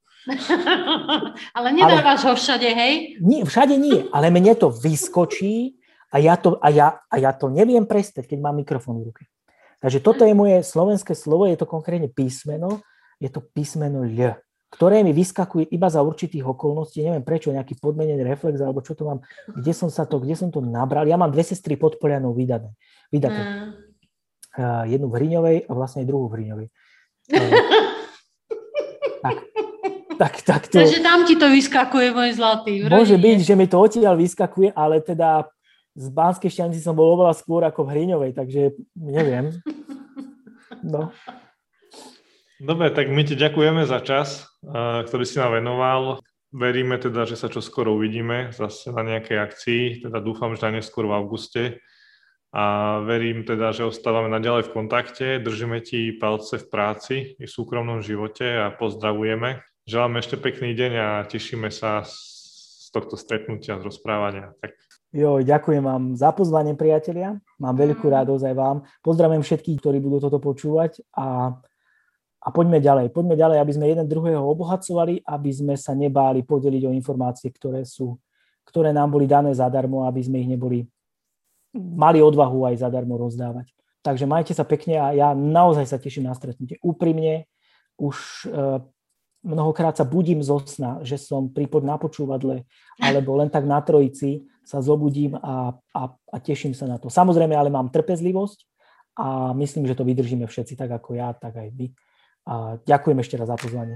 Ale nedávaš ale, ho všade, hej?
Nie, všade nie, ale mne to vyskočí a ja to, a ja, a ja to neviem prestať, keď mám mikrofón v ruke. Takže toto je moje slovenské slovo, je to konkrétne písmeno, je to písmeno ľ, ktoré mi vyskakuje iba za určitých okolností, neviem prečo, nejaký podmenený reflex, alebo čo to mám, kde som sa to, kde som to nabral. Ja mám dve sestry pod Polianou vydané. vydaté. Hmm. Uh, jednu v Hriňovej a vlastne druhú v Hriňovej. Uh, tak. Tak, tak to...
Takže tam ti to vyskakuje, môj zlatý.
Môže byť, že mi to odtiaľ vyskakuje, ale teda z Banskej Štiavnice som bol oveľa skôr ako v Hriňovej, takže neviem. No.
Dobre, tak my ti ďakujeme za čas, ktorý si nám venoval. Veríme teda, že sa čoskoro uvidíme zase na nejakej akcii, teda dúfam, že neskôr v auguste. A verím teda, že ostávame naďalej v kontakte, držíme ti palce v práci i v súkromnom živote a pozdravujeme. Želáme ešte pekný deň a tešíme sa z tohto stretnutia, z rozprávania. Tak.
Jo, ďakujem vám za pozvanie, priatelia. Mám veľkú radosť aj vám. Pozdravujem všetkých, ktorí budú toto počúvať a, a poďme ďalej. Poďme ďalej, aby sme jeden druhého obohacovali, aby sme sa nebáli podeliť o informácie, ktoré sú, ktoré nám boli dané zadarmo, aby sme ich neboli, mali odvahu aj zadarmo rozdávať. Takže majte sa pekne a ja naozaj sa teším na stretnutie. Úprimne, už uh, mnohokrát sa budím zo sna, že som pripod na počúvadle, alebo len tak na trojici sa zobudím a, a, a teším sa na to. Samozrejme, ale mám trpezlivosť a myslím, že to vydržíme všetci, tak ako ja, tak aj vy. A ďakujem ešte raz za pozvanie.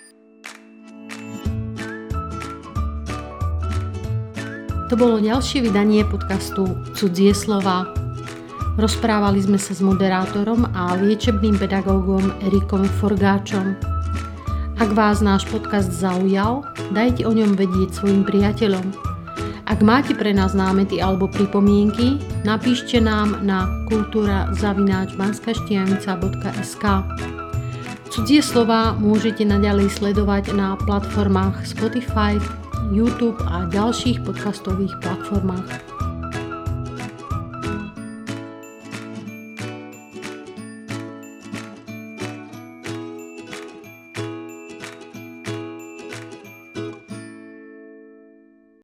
To bolo ďalšie vydanie podcastu Cudzie slova. Rozprávali sme sa s moderátorom a liečebným pedagógom Erikom Forgáčom. Ak vás náš podcast zaujal, dajte o ňom vedieť svojim priateľom. Ak máte pre nás námety alebo pripomienky, napíšte nám na kultúra zavináč banskaštiavnica bodka es ká. Cudzie slova môžete naďalej sledovať na platformách Spotify, YouTube a ďalších podcastových platformách.